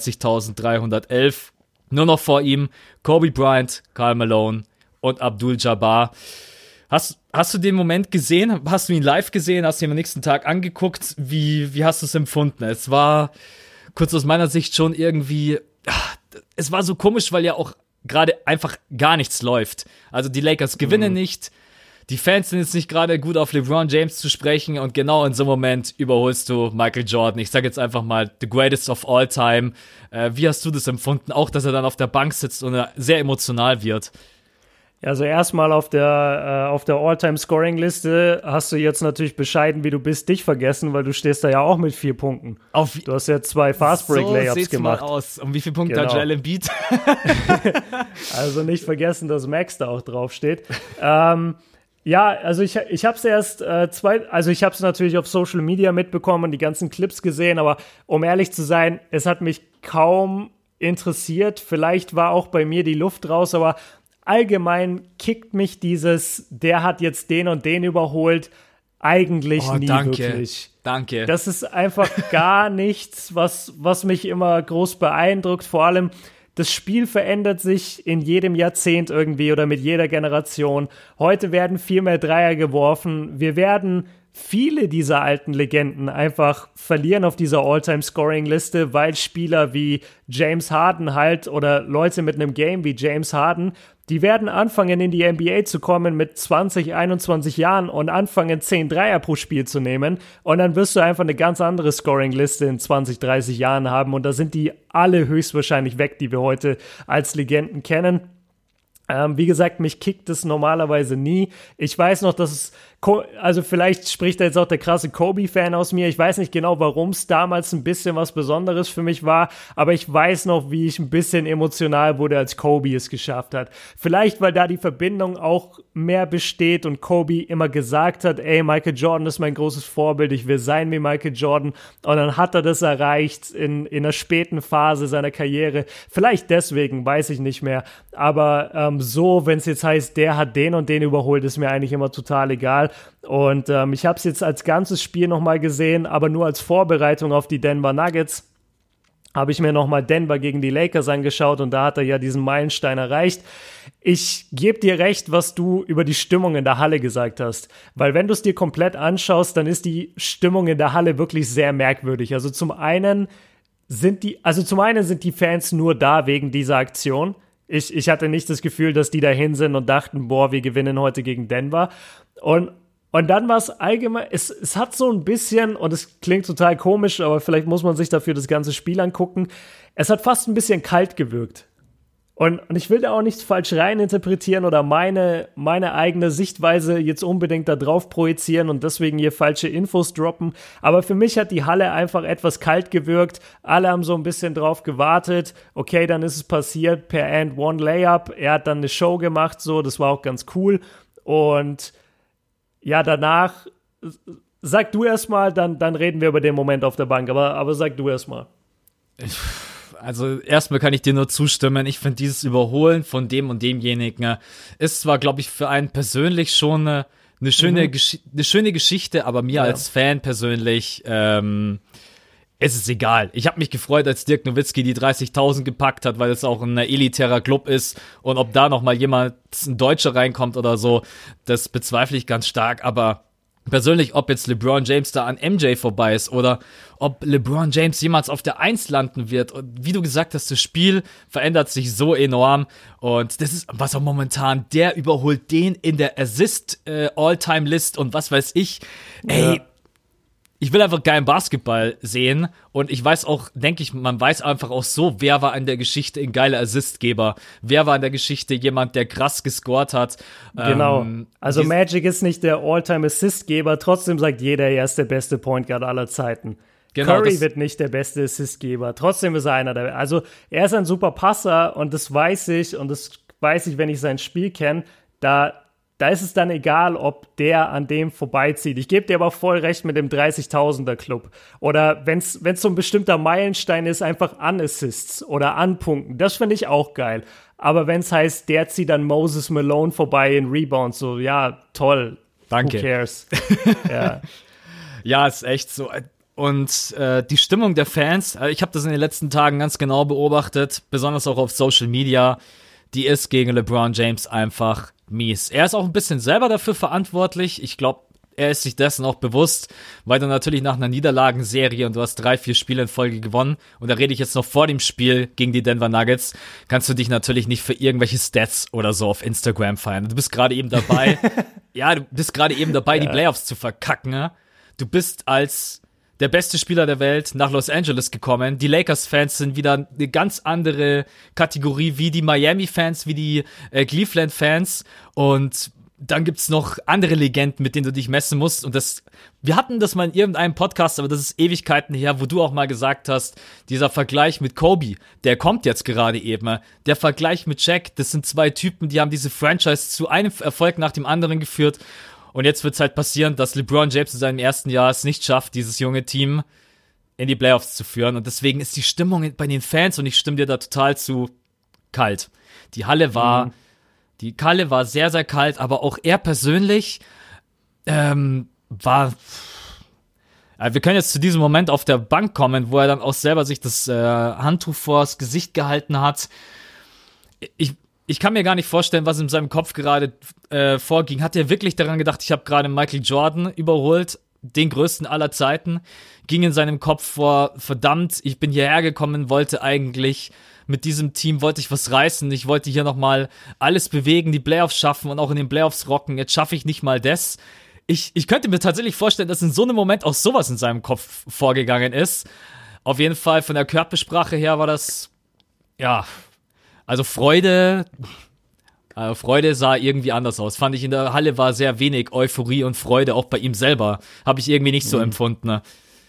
32.311. Nur noch vor ihm Kobe Bryant, Karl Malone und Abdul Jabbar. Hast du den Moment gesehen? Hast du ihn live gesehen? Hast du ihn am nächsten Tag angeguckt? Wie hast du es empfunden? Es war kurz aus meiner Sicht schon irgendwie, es war so komisch, weil ja auch gerade einfach gar nichts läuft. Also die Lakers gewinnen nicht. Die Fans sind jetzt nicht gerade gut auf LeBron James zu sprechen und genau in so einem Moment überholst du Michael Jordan. Ich sage jetzt einfach mal, the greatest of all time. Wie hast du das empfunden? Auch, dass er dann auf der Bank sitzt und sehr emotional wird. Also erstmal auf der All-Time-Scoring-Liste hast du jetzt natürlich bescheiden, wie du bist, dich vergessen, weil du stehst da ja auch mit 4 Punkten. Du hast ja 2 Fast-Break-Layups gemacht. So sieht's mal aus. Um wie viele Punkte hat Joel Embiid? Also nicht vergessen, dass Max da auch draufsteht. Ja, also ich hab's erst ich hab's natürlich auf Social Media mitbekommen und die ganzen Clips gesehen, aber um ehrlich zu sein, es hat mich kaum interessiert. Vielleicht war auch bei mir die Luft raus, aber allgemein kickt mich der hat jetzt den und den überholt, eigentlich nie wirklich. Danke. Das ist einfach gar nichts, was mich immer groß beeindruckt, vor allem das Spiel verändert sich in jedem Jahrzehnt irgendwie oder mit jeder Generation. Heute werden viel mehr Dreier geworfen. Wir werden viele dieser alten Legenden einfach verlieren auf dieser All-Time-Scoring-Liste, weil Spieler wie James Harden halt oder Leute mit einem Game wie James Harden, die werden anfangen, in die NBA zu kommen mit 20, 21 Jahren und anfangen, 10 Dreier pro Spiel zu nehmen. Und dann wirst du einfach eine ganz andere Scoring-Liste in 20, 30 Jahren haben. Und da sind die alle höchstwahrscheinlich weg, die wir heute als Legenden kennen. Wie gesagt, mich kickt es normalerweise nie. Ich weiß noch, dass es, also vielleicht spricht da jetzt auch der krasse Kobe-Fan aus mir. Ich weiß nicht genau, warum es damals ein bisschen was Besonderes für mich war, aber ich weiß noch, wie ich ein bisschen emotional wurde, als Kobe es geschafft hat. Vielleicht, weil da die Verbindung auch mehr besteht und Kobe immer gesagt hat, ey, Michael Jordan ist mein großes Vorbild, ich will sein wie Michael Jordan. Und dann hat er das erreicht in einer späten Phase seiner Karriere. Vielleicht deswegen, weiß ich nicht mehr. Aber so, wenn es jetzt heißt, der hat den und den überholt, ist mir eigentlich immer total egal. Und ich habe es jetzt als ganzes Spiel nochmal gesehen, aber nur als Vorbereitung auf die Denver Nuggets. habe ich mir nochmal Denver gegen die Lakers angeschaut und da hat er ja diesen Meilenstein erreicht. Ich gebe dir recht, was du über die Stimmung in der Halle gesagt hast, weil wenn du es dir komplett anschaust, dann ist die Stimmung in der Halle wirklich sehr merkwürdig. Also zum einen sind die Fans nur da wegen dieser Aktion. Ich hatte nicht das Gefühl, dass die dahin sind und dachten, boah, wir gewinnen heute gegen Denver. Und dann war es allgemein, es hat so ein bisschen, und es klingt total komisch, aber vielleicht muss man sich dafür das ganze Spiel angucken, es hat fast ein bisschen kalt gewirkt. Und ich will da auch nichts falsch reininterpretieren oder meine eigene Sichtweise jetzt unbedingt da drauf projizieren und deswegen hier falsche Infos droppen. Aber für mich hat die Halle einfach etwas kalt gewirkt. Alle haben so ein bisschen drauf gewartet. Okay, dann ist es passiert per And-One-Layup. Er hat dann eine Show gemacht, so, das war auch ganz cool. Und ja, danach, sag du erst mal, dann reden wir über den Moment auf der Bank, aber sag du erst mal. Also erstmal kann ich dir nur zustimmen. Ich finde dieses Überholen von dem und demjenigen ist zwar, glaube ich, für einen persönlich schon eine schöne Geschichte, aber mir als Fan persönlich ist es egal. Ich habe mich gefreut, als Dirk Nowitzki die 30.000 gepackt hat, weil es auch ein elitärer Club ist. Und ob da noch mal jemand, ein Deutscher reinkommt oder so, das bezweifle ich ganz stark. Aber persönlich, ob jetzt LeBron James da an MJ vorbei ist oder ob LeBron James jemals auf der 1 landen wird. Und wie du gesagt hast, das Spiel verändert sich so enorm. Und das ist, was auch momentan, der überholt den in der Assist-All-Time-List und was weiß ich. Ey, ich will einfach geilen Basketball sehen und ich weiß auch, denke ich, man weiß einfach auch so, wer war in der Geschichte ein geiler Assistgeber, wer war in der Geschichte jemand, der krass gescored hat. Genau, also Magic ist nicht der All-Time-Assistgeber, trotzdem sagt jeder, er ist der beste Point Guard aller Zeiten. Genau, Curry wird nicht der beste Assistgeber, trotzdem ist er einer der, also er ist ein super Passer und das weiß ich, wenn ich sein Spiel kenne, da ist es dann egal, ob der an dem vorbeizieht. Ich gebe dir aber voll recht mit dem 30.000er Club. Oder wenn es so ein bestimmter Meilenstein ist, einfach an Assists oder an Punkten. Das finde ich auch geil. Aber wenn es heißt, der zieht dann Moses Malone vorbei in Rebounds, so, ja, toll. Danke. Who cares? Ja. Ja, ist echt so. Und die Stimmung der Fans, ich habe das in den letzten Tagen ganz genau beobachtet, besonders auch auf Social Media, die ist gegen LeBron James einfach mies. Er ist auch ein bisschen selber dafür verantwortlich. Ich glaube, er ist sich dessen auch bewusst, weil du natürlich nach einer Niederlagenserie und du hast 3-4 Spiele in Folge gewonnen und da rede ich jetzt noch vor dem Spiel gegen die Denver Nuggets, kannst du dich natürlich nicht für irgendwelche Stats oder so auf Instagram feiern. Du bist gerade eben dabei, die Playoffs zu verkacken. Ne? Du bist als der beste Spieler der Welt nach Los Angeles gekommen. Die Lakers-Fans sind wieder eine ganz andere Kategorie, wie die Miami-Fans, wie die Cleveland-Fans. Und dann gibt's noch andere Legenden, mit denen du dich messen musst. Und wir hatten das mal in irgendeinem Podcast, aber das ist Ewigkeiten her, wo du auch mal gesagt hast, dieser Vergleich mit Kobe, der kommt jetzt gerade eben. Der Vergleich mit Shaq, das sind zwei Typen, die haben diese Franchise zu einem Erfolg nach dem anderen geführt. Und jetzt wird's halt passieren, dass LeBron James in seinem ersten Jahr es nicht schafft, dieses junge Team in die Playoffs zu führen. Und deswegen ist die Stimmung bei den Fans, und ich stimme dir da total zu, kalt. Die Halle war sehr, sehr kalt, aber auch er persönlich war... Wir können jetzt zu diesem Moment auf der Bank kommen, wo er dann auch selber sich das Handtuch vors Gesicht gehalten hat. Ich kann mir gar nicht vorstellen, was in seinem Kopf gerade vorging. Hat er wirklich daran gedacht, ich habe gerade Michael Jordan überholt, den größten aller Zeiten? Ging in seinem Kopf vor, verdammt, ich bin hierher gekommen, wollte eigentlich mit diesem Team, wollte ich was reißen, ich wollte hier nochmal alles bewegen, die Playoffs schaffen und auch in den Playoffs rocken, jetzt schaffe ich nicht mal das. Ich könnte mir tatsächlich vorstellen, dass in so einem Moment auch sowas in seinem Kopf vorgegangen ist. Auf jeden Fall von der Körpersprache her war das, ja... Also Freude sah irgendwie anders aus. Fand ich, in der Halle war sehr wenig Euphorie und Freude, auch bei ihm selber. Habe ich irgendwie nicht so empfunden. Ne?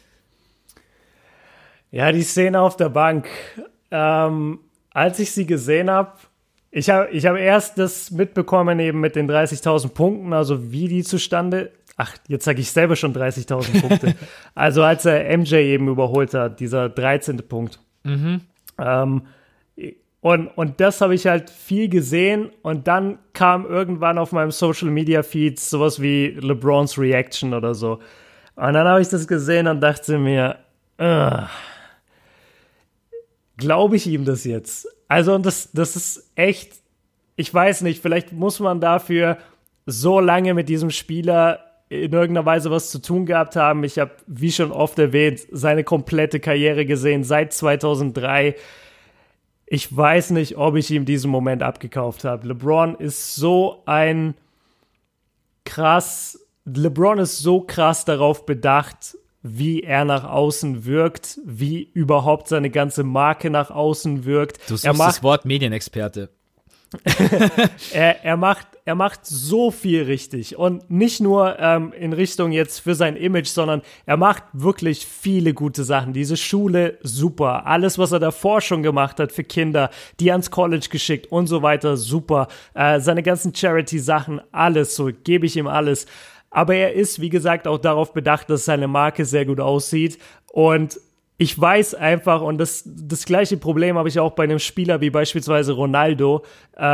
Ja, die Szene auf der Bank. Als ich sie gesehen habe, ich hab erst das mitbekommen eben mit den 30.000 Punkten, also wie die zustande... Ach, jetzt sage ich selber schon 30.000 Punkte. Also als er MJ eben überholt hat, dieser 13. Punkt. Und das habe ich halt viel gesehen und dann kam irgendwann auf meinem Social Media Feed sowas wie LeBrons Reaction oder so. Und dann habe ich das gesehen und dachte mir, glaube ich ihm das jetzt? Also, und das ist echt, ich weiß nicht, vielleicht muss man dafür so lange mit diesem Spieler in irgendeiner Weise was zu tun gehabt haben. Ich habe, wie schon oft erwähnt, seine komplette Karriere gesehen, seit 2003. Ich weiß nicht, ob ich ihm diesen Moment abgekauft habe. LeBron ist so krass darauf bedacht, wie er nach außen wirkt, wie überhaupt seine ganze Marke nach außen wirkt. Du suchst das Wort Medienexperte. Er macht so viel richtig und nicht nur in Richtung jetzt für sein Image, sondern er macht wirklich viele gute Sachen. Diese Schule, super. Alles, was er davor schon gemacht hat für Kinder, die ans College geschickt und so weiter, super. Seine ganzen Charity-Sachen, alles, so gebe ich ihm alles. Aber er ist, wie gesagt, auch darauf bedacht, dass seine Marke sehr gut aussieht und ich weiß einfach, und das gleiche Problem habe ich auch bei einem Spieler wie beispielsweise Ronaldo,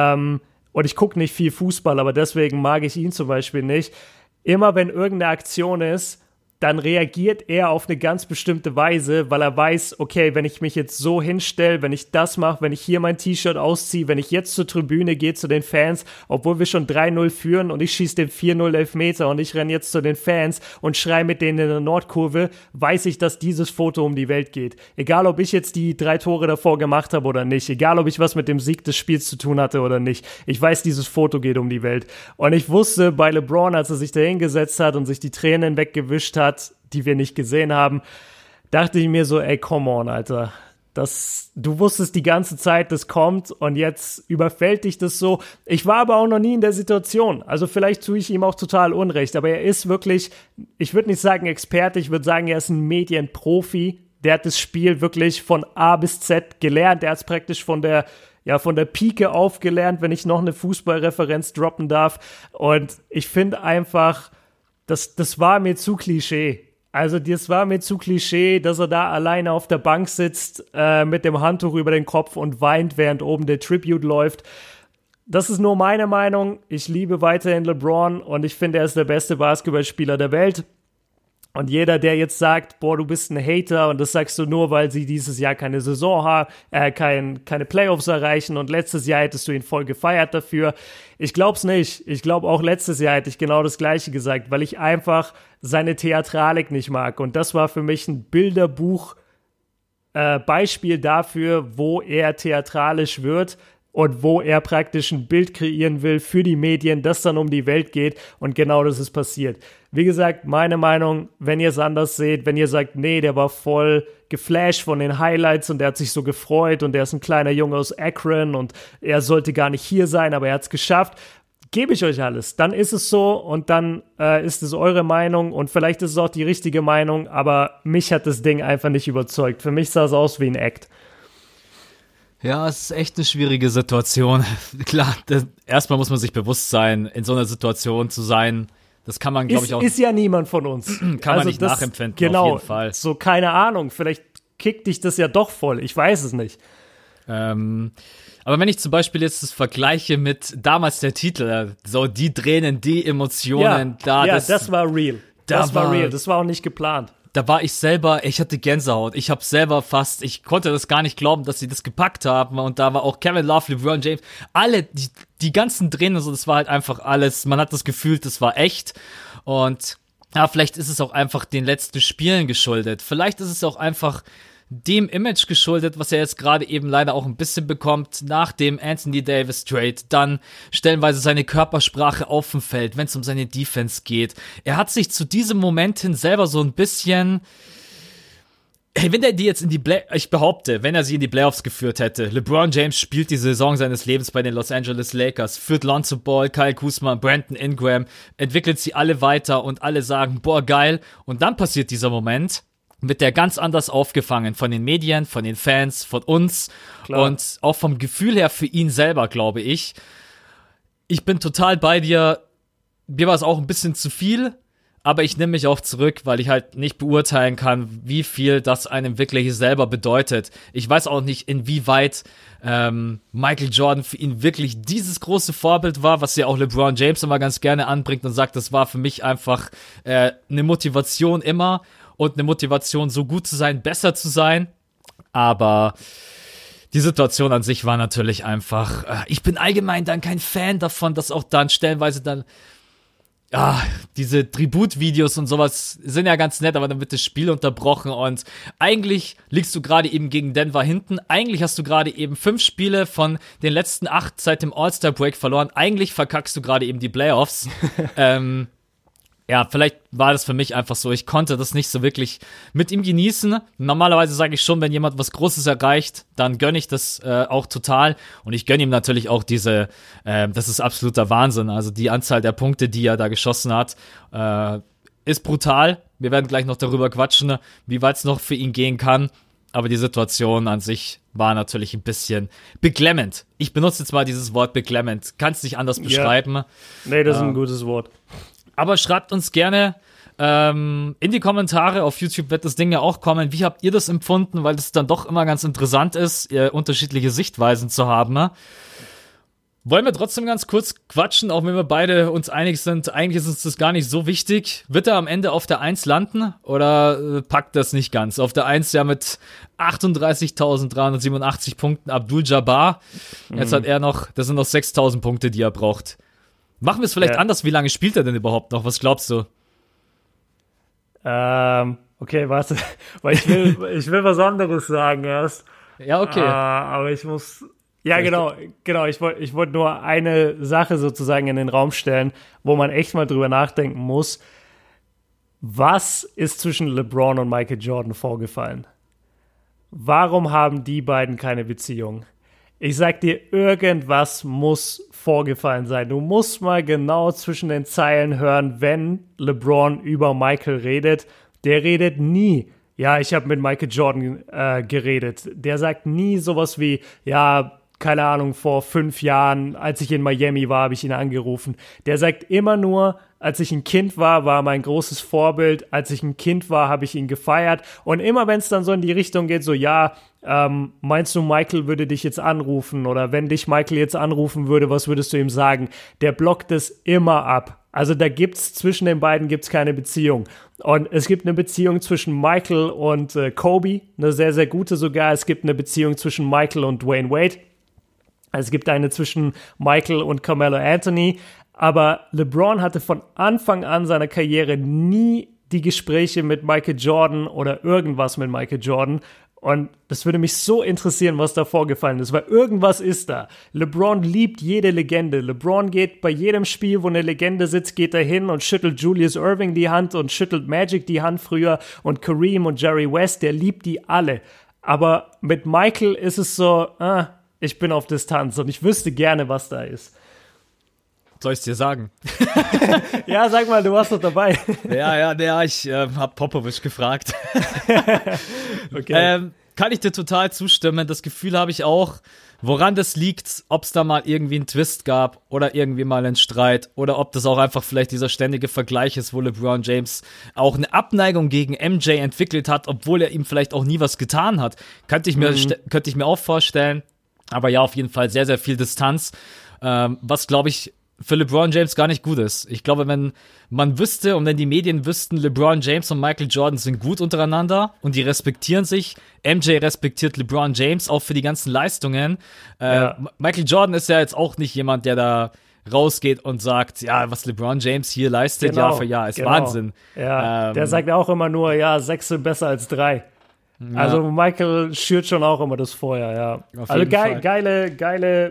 und ich gucke nicht viel Fußball, aber deswegen mag ich ihn zum Beispiel nicht. Immer wenn irgendeine Aktion ist, dann reagiert er auf eine ganz bestimmte Weise, weil er weiß, okay, wenn ich mich jetzt so hinstelle, wenn ich das mache, wenn ich hier mein T-Shirt ausziehe, wenn ich jetzt zur Tribüne gehe zu den Fans, obwohl wir schon 3-0 führen und ich schieße den 4-0 Elfmeter und ich renne jetzt zu den Fans und schreie mit denen in der Nordkurve, weiß ich, dass dieses Foto um die Welt geht. Egal, ob ich jetzt die 3 Tore davor gemacht habe oder nicht, egal, ob ich was mit dem Sieg des Spiels zu tun hatte oder nicht, ich weiß, dieses Foto geht um die Welt. Und ich wusste bei LeBron, als er sich da hingesetzt hat und sich die Tränen weggewischt hat, die wir nicht gesehen haben, dachte ich mir so, ey, come on, Alter. Du wusstest die ganze Zeit, das kommt und jetzt überfällt dich das so. Ich war aber auch noch nie in der Situation. Also vielleicht tue ich ihm auch total Unrecht, aber er ist wirklich, ich würde nicht sagen Experte, ich würde sagen, er ist ein Medienprofi. Der hat das Spiel wirklich von A bis Z gelernt. Der hat es praktisch von der Pike auf gelernt, wenn ich noch eine Fußballreferenz droppen darf. Und ich finde einfach, das war mir zu Klischee. Also das war mir zu Klischee, dass er da alleine auf der Bank sitzt, mit dem Handtuch über den Kopf und weint, während oben der Tribute läuft. Das ist nur meine Meinung. Ich liebe weiterhin LeBron und ich finde, er ist der beste Basketballspieler der Welt. Und jeder, der jetzt sagt, boah, du bist ein Hater und das sagst du nur, weil sie dieses Jahr keine Saison haben, keine Playoffs erreichen und letztes Jahr hättest du ihn voll gefeiert dafür. Ich glaub's nicht. Ich glaube, auch letztes Jahr hätte ich genau das Gleiche gesagt, weil ich einfach seine Theatralik nicht mag. Und das war für mich ein Bilderbuch Beispiel dafür, wo er theatralisch wird und wo er praktisch ein Bild kreieren will für die Medien, das dann um die Welt geht und genau das ist passiert. Wie gesagt, meine Meinung, wenn ihr es anders seht, wenn ihr sagt, nee, der war voll geflasht von den Highlights und der hat sich so gefreut und der ist ein kleiner Junge aus Akron und er sollte gar nicht hier sein, aber er hat es geschafft, gebe ich euch alles. Dann ist es so und dann ist es eure Meinung und vielleicht ist es auch die richtige Meinung, aber mich hat das Ding einfach nicht überzeugt. Für mich sah es aus wie ein Act. Ja, es ist echt eine schwierige Situation. Klar, erstmal muss man sich bewusst sein, in so einer Situation zu sein. Das kann man, glaube ich, auch. Ist ja niemand von uns. Kann man nicht nachempfinden, genau, auf jeden Fall. So, keine Ahnung. Vielleicht kickt dich das ja doch voll. Ich weiß es nicht. Aber wenn ich zum Beispiel jetzt das vergleiche mit damals der Titel, so die Tränen, die Emotionen, das war real. Das war real. Das war auch nicht geplant. Da war ich selber, ich hatte Gänsehaut. Ich habe selber ich konnte das gar nicht glauben, dass sie das gepackt haben. Und da war auch Kevin Love, LeBron James, alle, die ganzen Tränen, so, das war halt einfach alles. Man hat das Gefühl, das war echt. Und ja, vielleicht ist es auch einfach den letzten Spielen geschuldet. Vielleicht ist es auch einfach dem Image geschuldet, was er jetzt gerade eben leider auch ein bisschen bekommt nach dem Anthony Davis Trade, dann stellenweise seine Körpersprache auf dem Feld, wenn es um seine Defense geht. Er hat sich zu diesem Moment hin selber so ein bisschen, wenn er die jetzt ich behaupte, wenn er sie in die Playoffs geführt hätte, LeBron James spielt die Saison seines Lebens bei den Los Angeles Lakers, führt Lonzo Ball, Kyle Kuzma, Brandon Ingram, entwickelt sie alle weiter und alle sagen, boah, geil. Und dann passiert dieser Moment, wird der ganz anders aufgefangen von den Medien, von den Fans, von uns. Klar. Und auch vom Gefühl her für ihn selber, glaube ich. Ich bin total bei dir. Mir war es auch ein bisschen zu viel, aber ich nehme mich auch zurück, weil ich halt nicht beurteilen kann, wie viel das einem wirklich selber bedeutet. Ich weiß auch nicht, inwieweit Michael Jordan für ihn wirklich dieses große Vorbild war, was ja auch LeBron James immer ganz gerne anbringt und sagt, das war für mich einfach eine Motivation immer und eine Motivation, so gut zu sein, besser zu sein. Aber die Situation an sich war natürlich einfach, ich bin allgemein dann kein Fan davon, dass auch dann stellenweise dann, diese Tributvideos und sowas sind ja ganz nett, aber dann wird das Spiel unterbrochen und eigentlich liegst du gerade eben gegen Denver hinten. Eigentlich hast du gerade eben 5 Spiele von den letzten 8 seit dem All-Star-Break verloren. Eigentlich verkackst du gerade eben die Playoffs. Ja, vielleicht war das für mich einfach so. Ich konnte das nicht so wirklich mit ihm genießen. Normalerweise sage ich schon, wenn jemand was Großes erreicht, dann gönne ich das auch total. Und ich gönne ihm natürlich auch das ist absoluter Wahnsinn. Also die Anzahl der Punkte, die er da geschossen hat, ist brutal. Wir werden gleich noch darüber quatschen, wie weit es noch für ihn gehen kann. Aber die Situation an sich war natürlich ein bisschen beklemmend. Ich benutze jetzt mal dieses Wort beklemmend. Kannst nicht anders beschreiben. Ja. Nee, das ist ein gutes Wort. Aber schreibt uns gerne in die Kommentare. Auf YouTube wird das Ding ja auch kommen. Wie habt ihr das empfunden? Weil es dann doch immer ganz interessant ist, unterschiedliche Sichtweisen zu haben. Ne? Wollen wir trotzdem ganz kurz quatschen, auch wenn wir beide uns einig sind, eigentlich ist uns das gar nicht so wichtig. Wird er am Ende auf der 1 landen oder packt das nicht ganz? Auf der 1 ja mit 38.387 Punkten Abdul-Jabbar. Jetzt hat er das sind noch 6.000 Punkte, die er braucht. Machen wir es vielleicht anders. Wie lange spielt er denn überhaupt noch? Was glaubst du? Okay, warte. Weil ich will was anderes sagen erst. Ja, okay. Aber ich muss... Ja, genau. Ich wollte nur eine Sache sozusagen in den Raum stellen, wo man echt mal drüber nachdenken muss. Was ist zwischen LeBron und Michael Jordan vorgefallen? Warum haben die beiden keine Beziehung? Ich sag dir, irgendwas muss vorgefallen sein. Du musst mal genau zwischen den Zeilen hören, wenn LeBron über Michael redet. Der redet nie, ja, ich habe mit Michael Jordan geredet. Der sagt nie sowas wie, ja, keine Ahnung, vor 5 Jahren, als ich in Miami war, habe ich ihn angerufen. Der sagt immer nur, als ich ein Kind war, war mein großes Vorbild. Als ich ein Kind war, habe ich ihn gefeiert. Und immer wenn es dann so in die Richtung geht, so, ja, meinst du, Michael würde dich jetzt anrufen? Oder wenn dich Michael jetzt anrufen würde, was würdest du ihm sagen? Der blockt es immer ab. Also da zwischen den beiden gibt's keine Beziehung. Und es gibt eine Beziehung zwischen Michael und Kobe, eine sehr, sehr gute sogar. Es gibt eine Beziehung zwischen Michael und Dwayne Wade. Es gibt eine zwischen Michael und Carmelo Anthony, aber LeBron hatte von Anfang an seiner Karriere nie die Gespräche mit Michael Jordan oder irgendwas mit Michael Jordan. Und das würde mich so interessieren, was da vorgefallen ist, weil irgendwas ist da. LeBron liebt jede Legende. LeBron geht bei jedem Spiel, wo eine Legende sitzt, geht er hin und schüttelt Julius Erving die Hand und schüttelt Magic die Hand früher und Kareem und Jerry West, der liebt die alle. Aber mit Michael ist es so, ich bin auf Distanz und ich wüsste gerne, was da ist. Soll ich es dir sagen? Ja, sag mal, du warst doch dabei. Ja, ich habe Popovic gefragt. Okay. Kann ich dir total zustimmen. Das Gefühl habe ich auch, woran das liegt, ob es da mal irgendwie einen Twist gab oder irgendwie mal einen Streit oder ob das auch einfach vielleicht dieser ständige Vergleich ist, wo LeBron James auch eine Abneigung gegen MJ entwickelt hat, obwohl er ihm vielleicht auch nie was getan hat. Könnte ich mir auch vorstellen. Aber ja, auf jeden Fall sehr, sehr viel Distanz, was, glaube ich, für LeBron James gar nicht gut ist. Ich glaube, wenn man wüsste und wenn die Medien wüssten, LeBron James und Michael Jordan sind gut untereinander und die respektieren sich, MJ respektiert LeBron James auch für die ganzen Leistungen. Michael Jordan ist ja jetzt auch nicht jemand, der da rausgeht und sagt, ja, was LeBron James hier leistet, Jahr für Jahr, ist Wahnsinn. Ja, der sagt auch immer nur, ja, 6 sind besser als 3. Ja. Also Michael schürt schon auch immer das Feuer, ja. Also geile,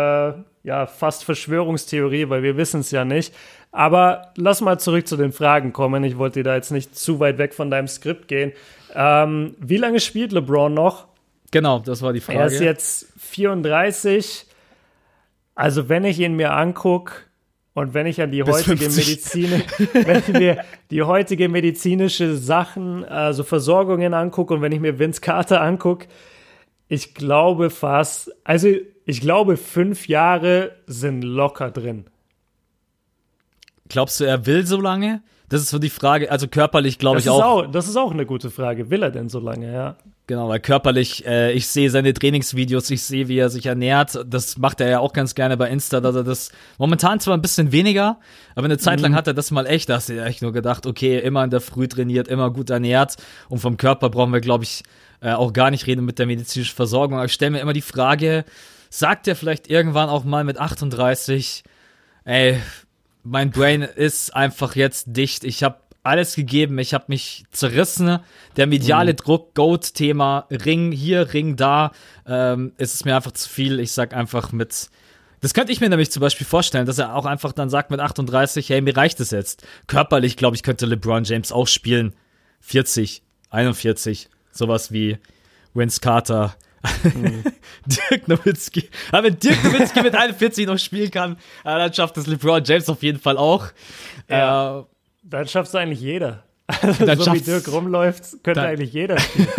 fast Verschwörungstheorie, weil wir wissen es ja nicht. Aber lass mal zurück zu den Fragen kommen. Ich wollte da jetzt nicht zu weit weg von deinem Skript gehen. Wie lange spielt LeBron noch? Genau, das war die Frage. Er ist jetzt 34. Also wenn ich ihn mir angucke, und wenn ich an die heutige medizinische Sachen, also Versorgungen angucke und wenn ich mir Vince Carter angucke, ich glaube 5 Jahre sind locker drin. Glaubst du, er will so lange? Das ist so die Frage, also körperlich glaube ich auch. Das ist auch eine gute Frage. Will er denn so lange, ja? Genau, weil körperlich, ich sehe seine Trainingsvideos, ich sehe, wie er sich ernährt. Das macht er ja auch ganz gerne bei Insta, dass er das momentan zwar ein bisschen weniger, aber eine Zeit lang hat er das mal echt. Da hast du ja echt nur gedacht, okay, immer in der Früh trainiert, immer gut ernährt. Und vom Körper brauchen wir, glaube ich, auch gar nicht reden mit der medizinischen Versorgung. Aber ich stelle mir immer die Frage, sagt er vielleicht irgendwann auch mal mit 38, ey, mein Brain ist einfach jetzt dicht, ich habe alles gegeben, ich habe mich zerrissen, der mediale Druck, Goat-Thema, Ring hier, Ring da, ist es mir einfach zu viel, ich sag einfach das könnte ich mir nämlich zum Beispiel vorstellen, dass er auch einfach dann sagt mit 38, hey, mir reicht es jetzt. Körperlich, glaube ich, könnte LeBron James auch spielen, 40, 41, sowas wie Vince Carter, Dirk Nowitzki. Aber wenn Dirk Nowitzki mit 41 noch spielen kann, dann schafft es LeBron James auf jeden Fall auch. Ja. Dann schafft es eigentlich jeder. So wie Dirk rumläuft, könnte eigentlich jeder spielen.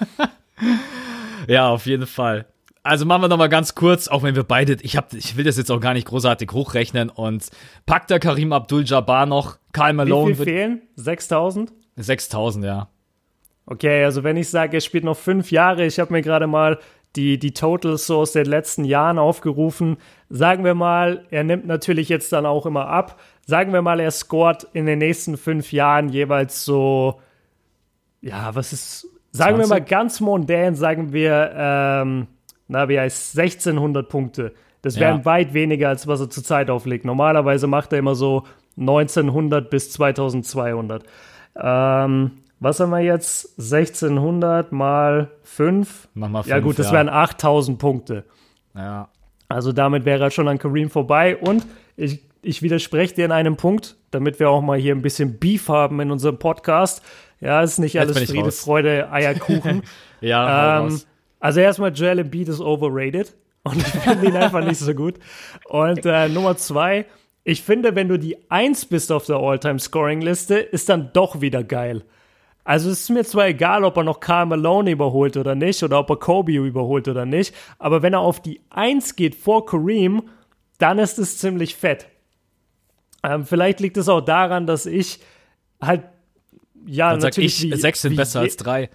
Ja, auf jeden Fall. Also machen wir nochmal ganz kurz, auch wenn wir beide, ich will das jetzt auch gar nicht großartig hochrechnen und packt der Karim Abdul-Jabbar noch, Karl Malone. Wie viel fehlen? 6.000? 6.000, ja. Okay, also wenn ich sage, er spielt noch 5 Jahre, ich habe mir gerade mal die Totals so aus den letzten Jahren aufgerufen. Sagen wir mal, er nimmt natürlich jetzt dann auch immer ab. Sagen wir mal, er scoret in den nächsten 5 Jahren jeweils so, ja, was ist, sagen 20? Wir mal ganz mondän, sagen wir, wie heißt 1600 Punkte. Das wären weit weniger, als was er zurzeit auflegt. Normalerweise macht er immer so 1900 bis 2200. Was haben wir jetzt? 1600 mal 5. Mach mal 5, ja gut, das wären 8000 Punkte. Ja. Also damit wäre er schon an Kareem vorbei. Und ich widerspreche dir in einem Punkt, damit wir auch mal hier ein bisschen Beef haben in unserem Podcast. Ja, ist nicht alles Friede, Freude, Eierkuchen. Ja, also erstmal, Joel Embiid ist overrated. Und ich finde ihn einfach nicht so gut. Und Nummer 2, ich finde, wenn du die 1 bist auf der All-Time-Scoring-Liste, ist dann doch wieder geil. Also es ist mir zwar egal, ob er noch Karl Malone überholt oder nicht, oder ob er Kobe überholt oder nicht, aber wenn er auf die 1 geht vor Kareem, dann ist es ziemlich fett. Vielleicht liegt es auch daran, dass ich halt, ja, dann natürlich... Sag ich, 6 sind besser als 3.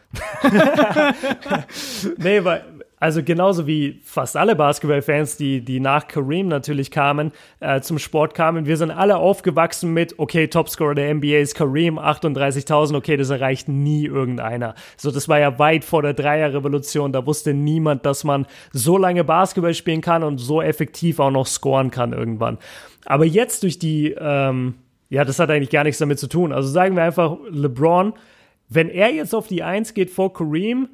Nee, weil... Also genauso wie fast alle Basketballfans, die nach Kareem natürlich kamen, zum Sport kamen. Wir sind alle aufgewachsen mit, okay, Topscorer der NBA ist Kareem, 38.000, okay, das erreicht nie irgendeiner. So, das war ja weit vor der Dreierrevolution, da wusste niemand, dass man so lange Basketball spielen kann und so effektiv auch noch scoren kann irgendwann. Aber jetzt durch die, das hat eigentlich gar nichts damit zu tun. Also sagen wir LeBron, wenn er jetzt auf die 1 geht vor Kareem,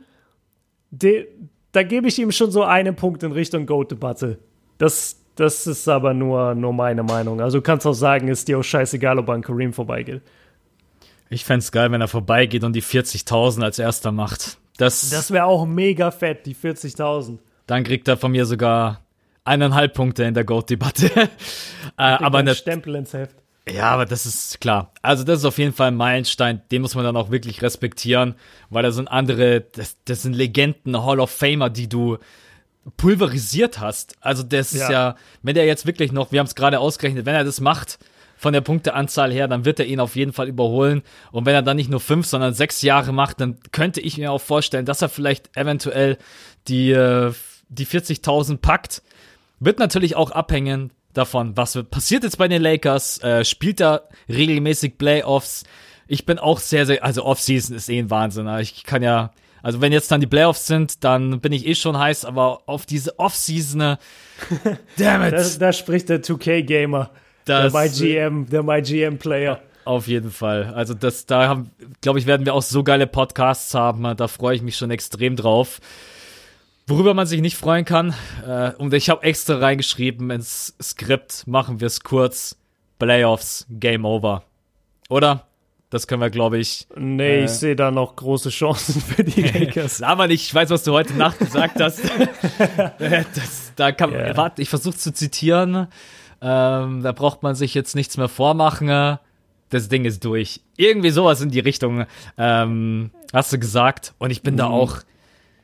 da gebe ich ihm schon so einen Punkt in Richtung GOAT-Debatte. Das ist aber nur meine Meinung. Also du kannst auch sagen, ist dir auch scheißegal, ob er an Kareem vorbeigeht. Ich fände es geil, wenn er vorbeigeht und die 40.000 als erster macht. Das wäre auch mega fett, die 40.000. Dann kriegt er von mir sogar 1,5 Punkte in der GOAT-Debatte. Aber ein Stempel ins Heft. Ja, aber das ist klar. Also das ist auf jeden Fall ein Meilenstein, den muss man dann auch wirklich respektieren, weil da sind andere, das sind Legenden, Hall of Famer, die du pulverisiert hast. Also das ist ja, wenn der jetzt wirklich noch, wir haben es gerade ausgerechnet, wenn er das macht, von der Punkteanzahl her, dann wird er ihn auf jeden Fall überholen. Und wenn er dann nicht nur 5, sondern 6 Jahre macht, dann könnte ich mir auch vorstellen, dass er vielleicht eventuell die 40.000 packt. Wird natürlich auch abhängen davon, was passiert jetzt bei den Lakers, spielt er regelmäßig Playoffs. Ich bin auch also Offseason ist ein Wahnsinn. Ich kann ja, also wenn jetzt dann die Playoffs sind, dann bin ich schon heiß, aber auf diese Offseason, damn it. Da spricht der 2K-Gamer, der MyGM-Player. Auf jeden Fall. Also glaube ich, werden wir auch so geile Podcasts haben, da freue ich mich schon extrem drauf. Worüber man sich nicht freuen kann, und ich habe extra reingeschrieben ins Skript, machen wir es kurz, Playoffs, Game Over. Oder? Das können wir, glaube ich... Nee, ich sehe da noch große Chancen für die Lakers. Aber nicht, ich weiß, was du heute Nacht gesagt hast. Warte, ich versuche zu zitieren. Da braucht man sich jetzt nichts mehr vormachen. Das Ding ist durch. Irgendwie sowas in die Richtung hast du gesagt. Und ich bin da auch...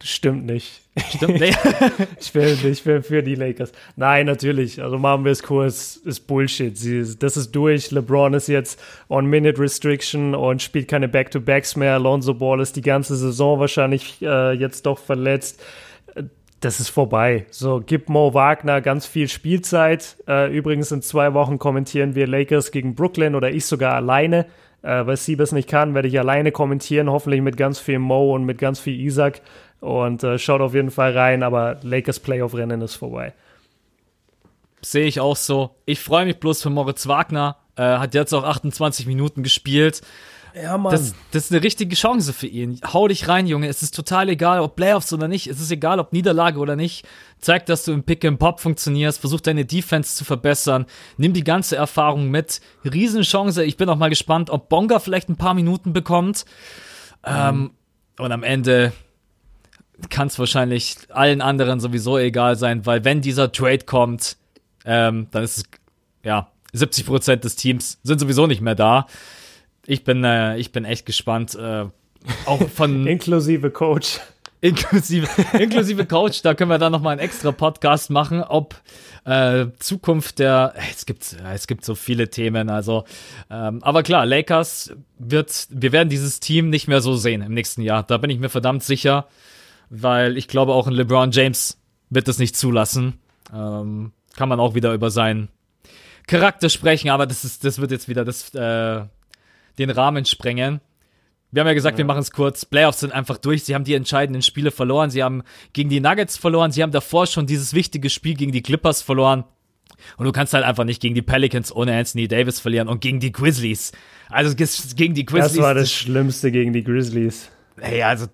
Stimmt nicht. Stimmt nicht. Ich bin für die Lakers. Nein, natürlich. Also machen wir es kurz. Ist Bullshit. Das ist durch. LeBron ist jetzt on Minute Restriction und spielt keine Back-to-Backs mehr. Lonzo Ball ist die ganze Saison wahrscheinlich jetzt doch verletzt. Das ist vorbei. So, gib Mo Wagner ganz viel Spielzeit. Übrigens in 2 Wochen kommentieren wir Lakers gegen Brooklyn oder ich sogar alleine. Weil Siebes nicht kann, werde ich alleine kommentieren, hoffentlich mit ganz viel Mo und mit ganz viel Isaac. Und schaut auf jeden Fall rein, aber Lakers Playoff-Rennen ist vorbei. Sehe ich auch so. Ich freue mich bloß für Moritz Wagner. Hat jetzt auch 28 Minuten gespielt. Ja, Mann. Das ist eine richtige Chance für ihn. Hau dich rein, Junge. Es ist total egal, ob Playoffs oder nicht. Es ist egal, ob Niederlage oder nicht. Zeig, dass du im Pick-and-Pop funktionierst. Versuch, deine Defense zu verbessern. Nimm die ganze Erfahrung mit. Riesenchance. Ich bin auch mal gespannt, ob Bonga vielleicht ein paar Minuten bekommt. Und am Ende kann es wahrscheinlich allen anderen sowieso egal sein, weil wenn dieser Trade kommt, dann ist es, 70% des Teams sind sowieso nicht mehr da. Ich bin echt gespannt, auch von inklusive Coach. Inklusive Coach, da können wir dann nochmal einen extra Podcast machen, ob Zukunft es gibt so viele Themen, also aber klar, Lakers wir werden dieses Team nicht mehr so sehen im nächsten Jahr, da bin ich mir verdammt sicher, weil ich glaube auch ein LeBron James wird das nicht zulassen, kann man auch wieder über seinen Charakter sprechen, aber das wird jetzt wieder den Rahmen sprengen. Wir haben ja gesagt, wir machen es kurz. Playoffs sind einfach durch. Sie haben die entscheidenden Spiele verloren. Sie haben gegen die Nuggets verloren. Sie haben davor schon dieses wichtige Spiel gegen die Clippers verloren. Und du kannst halt einfach nicht gegen die Pelicans ohne Anthony Davis verlieren und gegen die Grizzlies. Also gegen die Grizzlies. Das war das Schlimmste gegen die Grizzlies. Hey, also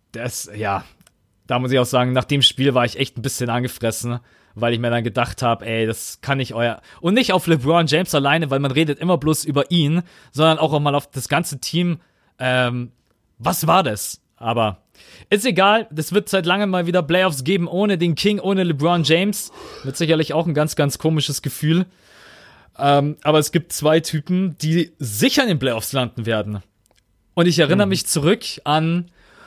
da muss ich auch sagen, nach dem Spiel war ich echt ein bisschen angefressen, weil ich mir dann gedacht habe, ey, das kann nicht und nicht auf LeBron James alleine, weil man redet immer bloß über ihn, sondern auch mal auf das ganze Team. Was war das? Aber ist egal, das wird seit langem mal wieder Playoffs geben, ohne den King, ohne LeBron James. Wird sicherlich auch ein ganz, ganz komisches Gefühl. Aber es gibt 2 Typen, die sicher in den Playoffs landen werden. Und ich erinnere mich zurück an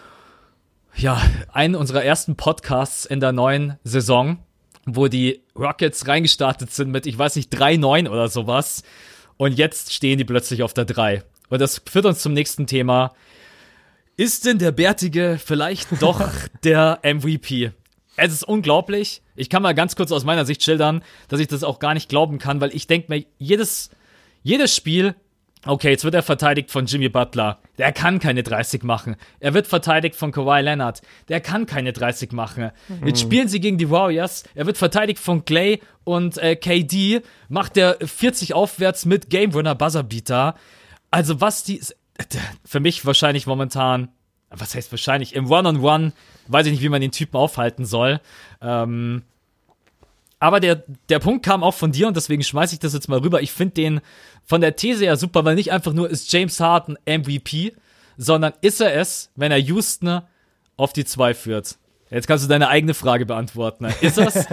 einen unserer ersten Podcasts in der neuen Saison, wo die Rockets reingestartet sind mit, ich weiß nicht, 3-9 oder sowas. Und jetzt stehen die plötzlich auf der 3. Und das führt uns zum nächsten Thema. Ist denn der Bärtige vielleicht doch der MVP? Es ist unglaublich. Ich kann mal ganz kurz aus meiner Sicht schildern, dass ich das auch gar nicht glauben kann, weil ich denke mir, jedes Spiel, okay, jetzt wird er verteidigt von Jimmy Butler. Der kann keine 30 machen. Er wird verteidigt von Kawhi Leonard. Der kann keine 30 machen. Jetzt spielen sie gegen die Warriors. Er wird verteidigt von Klay und KD. Macht der 40 aufwärts mit Game Winner Buzzerbeater. Also für mich wahrscheinlich momentan, was heißt wahrscheinlich, im One-on-One, weiß ich nicht, wie man den Typen aufhalten soll. Aber der Punkt kam auch von dir und deswegen schmeiße ich das jetzt mal rüber. Ich finde den von der These her super, weil nicht einfach nur ist James Harden MVP, sondern ist er es, wenn er Houston auf die 2 führt. Jetzt kannst du deine eigene Frage beantworten. Ist das?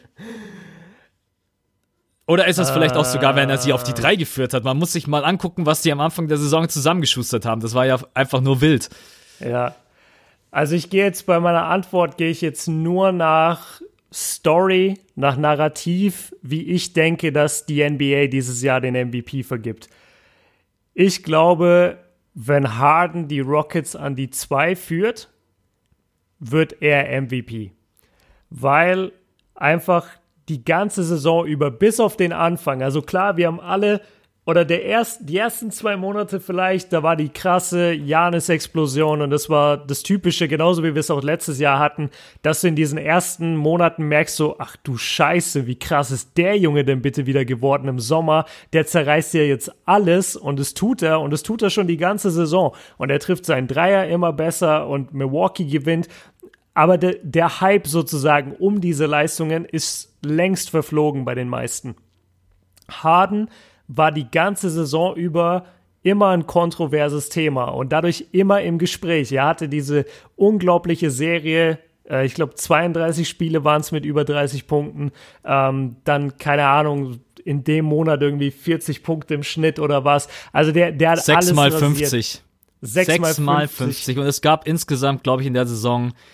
Oder ist das vielleicht auch sogar, wenn er sie auf die 3 geführt hat? Man muss sich mal angucken, was die am Anfang der Saison zusammengeschustert haben. Das war ja einfach nur wild. Ja, also bei meiner Antwort gehe ich jetzt nur nach Story, nach Narrativ, wie ich denke, dass die NBA dieses Jahr den MVP vergibt. Ich glaube, wenn Harden die Rockets an die 2 führt, wird er MVP. Weil einfach die ganze Saison über, bis auf den Anfang. Also klar, wir haben alle, oder die ersten 2 Monate vielleicht, da war die krasse Giannis-Explosion und das war das Typische, genauso wie wir es auch letztes Jahr hatten, dass du in diesen ersten Monaten merkst so, ach du Scheiße, wie krass ist der Junge denn bitte wieder geworden im Sommer? Der zerreißt ja jetzt alles und das tut er schon die ganze Saison. Und er trifft seinen Dreier immer besser und Milwaukee gewinnt. Aber der Hype sozusagen um diese Leistungen ist längst verflogen bei den meisten. Harden war die ganze Saison über immer ein kontroverses Thema und dadurch immer im Gespräch. Er hatte diese unglaubliche Serie, ich glaube 32 Spiele waren es mit über 30 Punkten, dann, keine Ahnung, in dem Monat irgendwie 40 Punkte im Schnitt oder was. Also der hat 6 alles mal rasiert. 50. 6 mal 50. Und es gab insgesamt, glaube ich, in der Saison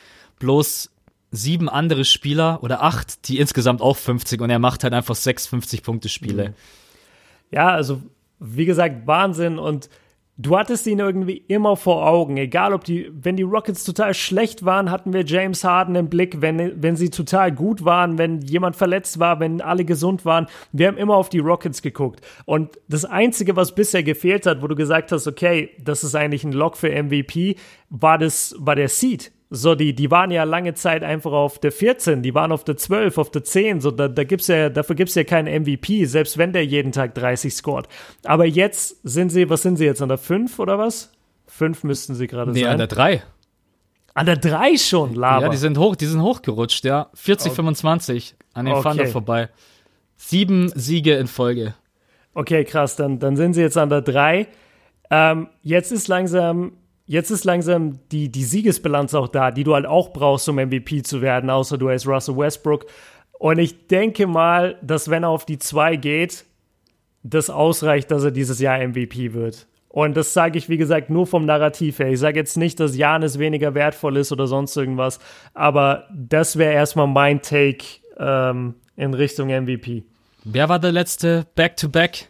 bloß 7 andere Spieler oder 8, die insgesamt auch 50 und er macht halt einfach 6 50-Punkte-Spiele. Ja, also wie gesagt, Wahnsinn und du hattest ihn irgendwie immer vor Augen, egal wenn die Rockets total schlecht waren, hatten wir James Harden im Blick, wenn sie total gut waren, wenn jemand verletzt war, wenn alle gesund waren, wir haben immer auf die Rockets geguckt und das Einzige, was bisher gefehlt hat, wo du gesagt hast, okay, das ist eigentlich ein Lock für MVP, war der Seed. So, die waren ja lange Zeit einfach auf der 14, die waren auf der 12, auf der 10, so, dafür gibt's ja keinen MVP, selbst wenn der jeden Tag 30 scored. Aber jetzt was sind sie jetzt, an der 5 oder was? 5 müssten sie gerade sein. Nee, an der 3. An der 3 schon, Laber. Ja, die sind hochgerutscht, ja. 40-25 an den Thunder vorbei. 7 Siege in Folge. Okay, krass, dann sind sie jetzt an der 3. Jetzt ist langsam die Siegesbilanz auch da, die du halt auch brauchst, um MVP zu werden, außer du heißt Russell Westbrook. Und ich denke mal, dass wenn er auf die 2 geht, das ausreicht, dass er dieses Jahr MVP wird. Und das sage ich, wie gesagt, nur vom Narrativ her. Ich sage jetzt nicht, dass Giannis weniger wertvoll ist oder sonst irgendwas, aber das wäre erstmal mein Take in Richtung MVP. Wer war der letzte Back-to-Back?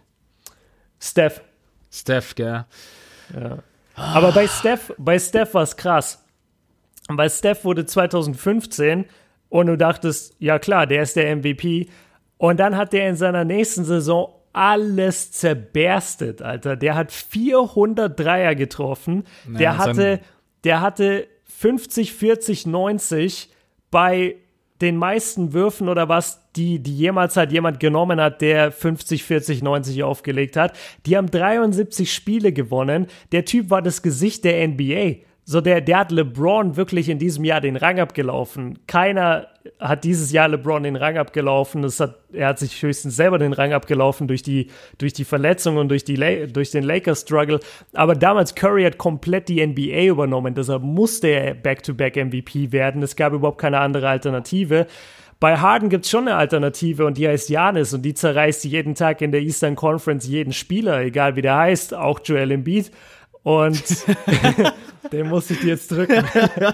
Steph, gell? Ja. Aber bei Steph war es krass. Weil Steph wurde 2015 und du dachtest, ja klar, der ist der MVP. Und dann hat der in seiner nächsten Saison alles zerberstet, Alter. Der hat 400 Dreier getroffen. Ja, der hatte 50, 40, 90 bei den meisten Würfen oder was, die jemals halt jemand genommen hat, der 50, 40, 90 aufgelegt hat. Die haben 73 Spiele gewonnen. Der Typ war das Gesicht der NBA. So, der hat LeBron wirklich in diesem Jahr den Rang abgelaufen. Keiner hat dieses Jahr LeBron den Rang abgelaufen. Er hat sich höchstens selber den Rang abgelaufen durch die Verletzung und durch den Lakers-Struggle. Aber damals Curry hat komplett die NBA übernommen. Deshalb musste er Back-to-Back-MVP werden. Es gab überhaupt keine andere Alternative. Bei Harden gibt es schon eine Alternative und die heißt Giannis und die zerreißt jeden Tag in der Eastern Conference jeden Spieler, egal wie der heißt, auch Joel Embiid. Und den muss ich dir jetzt drücken.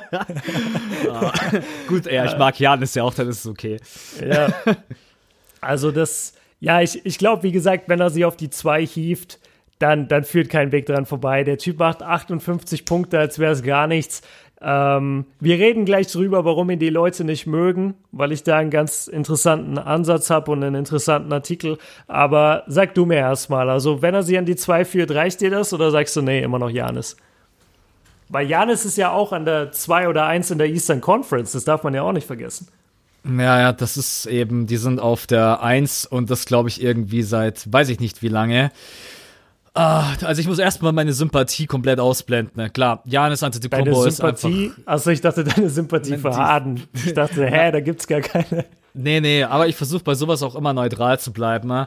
Gut, ich mag Giannis ja auch, dann ist es okay. Ja, also ich glaube, wie gesagt, wenn er sie auf die 2 hieft, dann führt kein Weg dran vorbei. Der Typ macht 58 Punkte, als wäre es gar nichts. Wir reden gleich drüber, warum ihn die Leute nicht mögen, weil ich da einen ganz interessanten Ansatz habe und einen interessanten Artikel. Aber sag du mir erstmal, also wenn er sie an die 2 führt, reicht dir das oder sagst du, nee, immer noch Giannis? Weil Giannis ist ja auch an der 2 oder 1 in der Eastern Conference, das darf man ja auch nicht vergessen. Ja, das ist eben, die sind auf der 1 und das glaube ich irgendwie seit, weiß ich nicht wie lange. Also ich muss erstmal meine Sympathie komplett ausblenden. Ne? Klar, Giannis Antetokounmpo ist einfach... Also ich dachte, deine Sympathie für Harden. Ich dachte, da gibt's gar keine. Nee, aber ich versuche bei sowas auch immer neutral zu bleiben. Ne?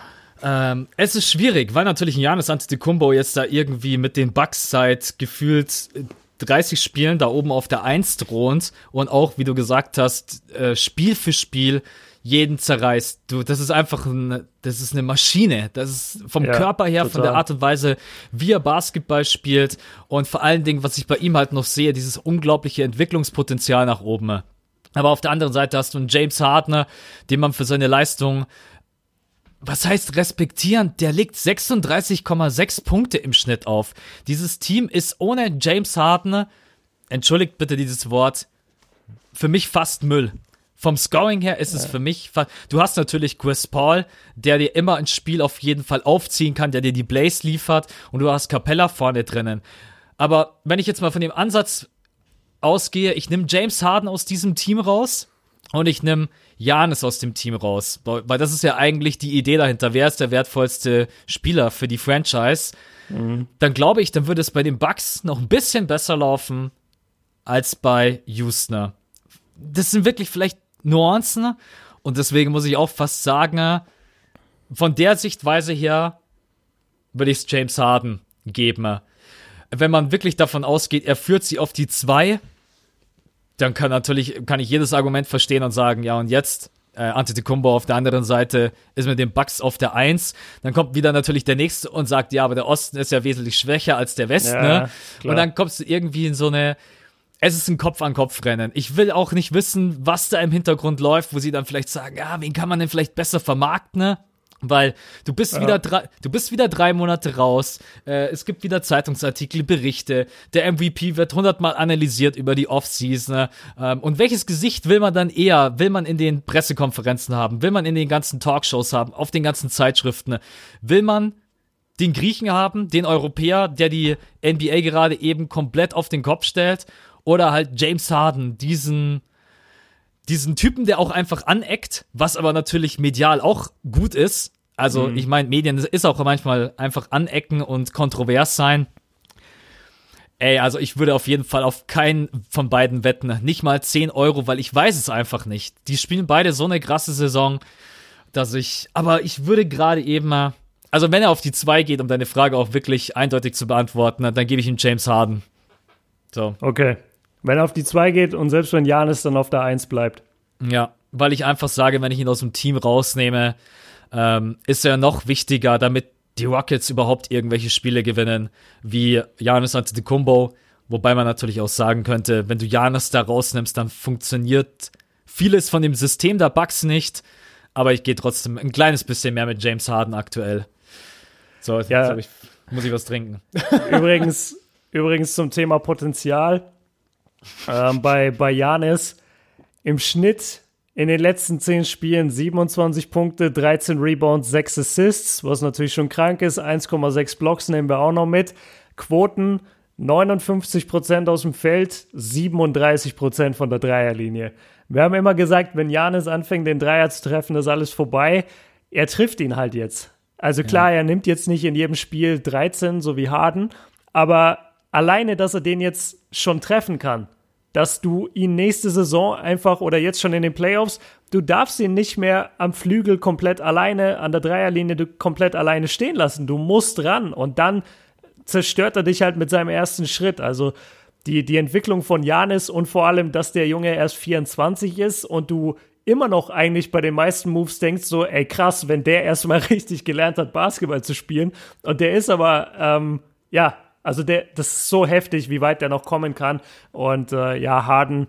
Es ist schwierig, weil natürlich ein Giannis Antetokounmpo jetzt da irgendwie mit den Bucks seit gefühlt 30 Spielen da oben auf der 1 thront und auch, wie du gesagt hast, Spiel für Spiel jeden zerreißt. Das ist einfach das ist eine Maschine. Das ist vom Körper her, total. Von der Art und Weise, wie er Basketball spielt und vor allen Dingen, was ich bei ihm halt noch sehe, dieses unglaubliche Entwicklungspotenzial nach oben. Aber auf der anderen Seite hast du einen James Harden, den man für seine Leistung, was heißt respektieren? Der legt 36,6 Punkte im Schnitt auf. Dieses Team ist ohne James Harden, entschuldigt bitte dieses Wort, für mich fast Müll. Vom Scoring her ist es für mich, du hast natürlich Chris Paul, der dir immer ein Spiel auf jeden Fall aufziehen kann, der dir die Plays liefert und du hast Capella vorne drinnen. Aber wenn ich jetzt mal von dem Ansatz ausgehe, ich nehme James Harden aus diesem Team raus und ich nehme Giannis aus dem Team raus, weil das ist ja eigentlich die Idee dahinter, wer ist der wertvollste Spieler für die Franchise, dann glaube ich, dann würde es bei den Bucks noch ein bisschen besser laufen als bei Houston. Das sind wirklich vielleicht Nuancen und deswegen muss ich auch fast sagen, von der Sichtweise her würde ich es James Harden geben. Wenn man wirklich davon ausgeht, er führt sie auf die 2, dann kann ich jedes Argument verstehen und sagen, ja und jetzt Antetokounmpo auf der anderen Seite ist mit den Bucks auf der 1, dann kommt wieder natürlich der Nächste und sagt, ja, aber der Osten ist ja wesentlich schwächer als der Westen, ja, ne? Und dann kommst du irgendwie in so eine Es ist ein Kopf-an-Kopf-Rennen. Ich will auch nicht wissen, was da im Hintergrund läuft, wo sie dann vielleicht sagen, wen kann man denn vielleicht besser vermarkten, ne? Weil du bist wieder 3 Monate raus, es gibt wieder Zeitungsartikel, Berichte, der MVP wird 100-mal analysiert über die Offseason, und welches Gesicht will man dann eher, will man in den Pressekonferenzen haben, will man in den ganzen Talkshows haben, auf den ganzen Zeitschriften, will man den Griechen haben, den Europäer, der die NBA gerade eben komplett auf den Kopf stellt, oder halt James Harden, diesen Typen, der auch einfach aneckt, was aber natürlich medial auch gut ist. Also ich meine, Medien ist auch manchmal einfach anecken und kontrovers sein. Also ich würde auf jeden Fall auf keinen von beiden wetten. Nicht mal 10 Euro, weil ich weiß es einfach nicht. Die spielen beide so eine krasse Saison, aber ich würde gerade eben mal, also wenn er auf die 2 geht, um deine Frage auch wirklich eindeutig zu beantworten, dann gebe ich ihm James Harden. So. Okay. Wenn er auf die 2 geht und selbst wenn Giannis dann auf der 1 bleibt. Ja, weil ich einfach sage, wenn ich ihn aus dem Team rausnehme, ist er noch wichtiger, damit die Rockets überhaupt irgendwelche Spiele gewinnen, wie Giannis Antetokounmpo. Wobei man natürlich auch sagen könnte, wenn du Giannis da rausnimmst, dann funktioniert vieles von dem System der Bucks nicht. Aber ich gehe trotzdem ein kleines bisschen mehr mit James Harden aktuell. So, jetzt muss ich was trinken. Übrigens zum Thema Potenzial. Bei Giannis im Schnitt in den letzten 10 Spielen 27 Punkte, 13 Rebounds, 6 Assists, was natürlich schon krank ist, 1,6 Blocks nehmen wir auch noch mit. Quoten 59% aus dem Feld, 37% von der Dreierlinie. Wir haben immer gesagt, wenn Giannis anfängt, den Dreier zu treffen, ist alles vorbei. Er trifft ihn halt jetzt. Also klar, er nimmt jetzt nicht in jedem Spiel 13, so wie Harden, aber alleine, dass er den jetzt schon treffen kann, dass du ihn nächste Saison einfach oder jetzt schon in den Playoffs, du darfst ihn nicht mehr am Flügel komplett alleine, an der Dreierlinie komplett alleine stehen lassen. Du musst ran und dann zerstört er dich halt mit seinem ersten Schritt. Also die Entwicklung von Giannis und vor allem, dass der Junge erst 24 ist und du immer noch eigentlich bei den meisten Moves denkst so, ey krass, wenn der erstmal richtig gelernt hat, Basketball zu spielen und der ist aber, also das ist so heftig, wie weit der noch kommen kann. Und Harden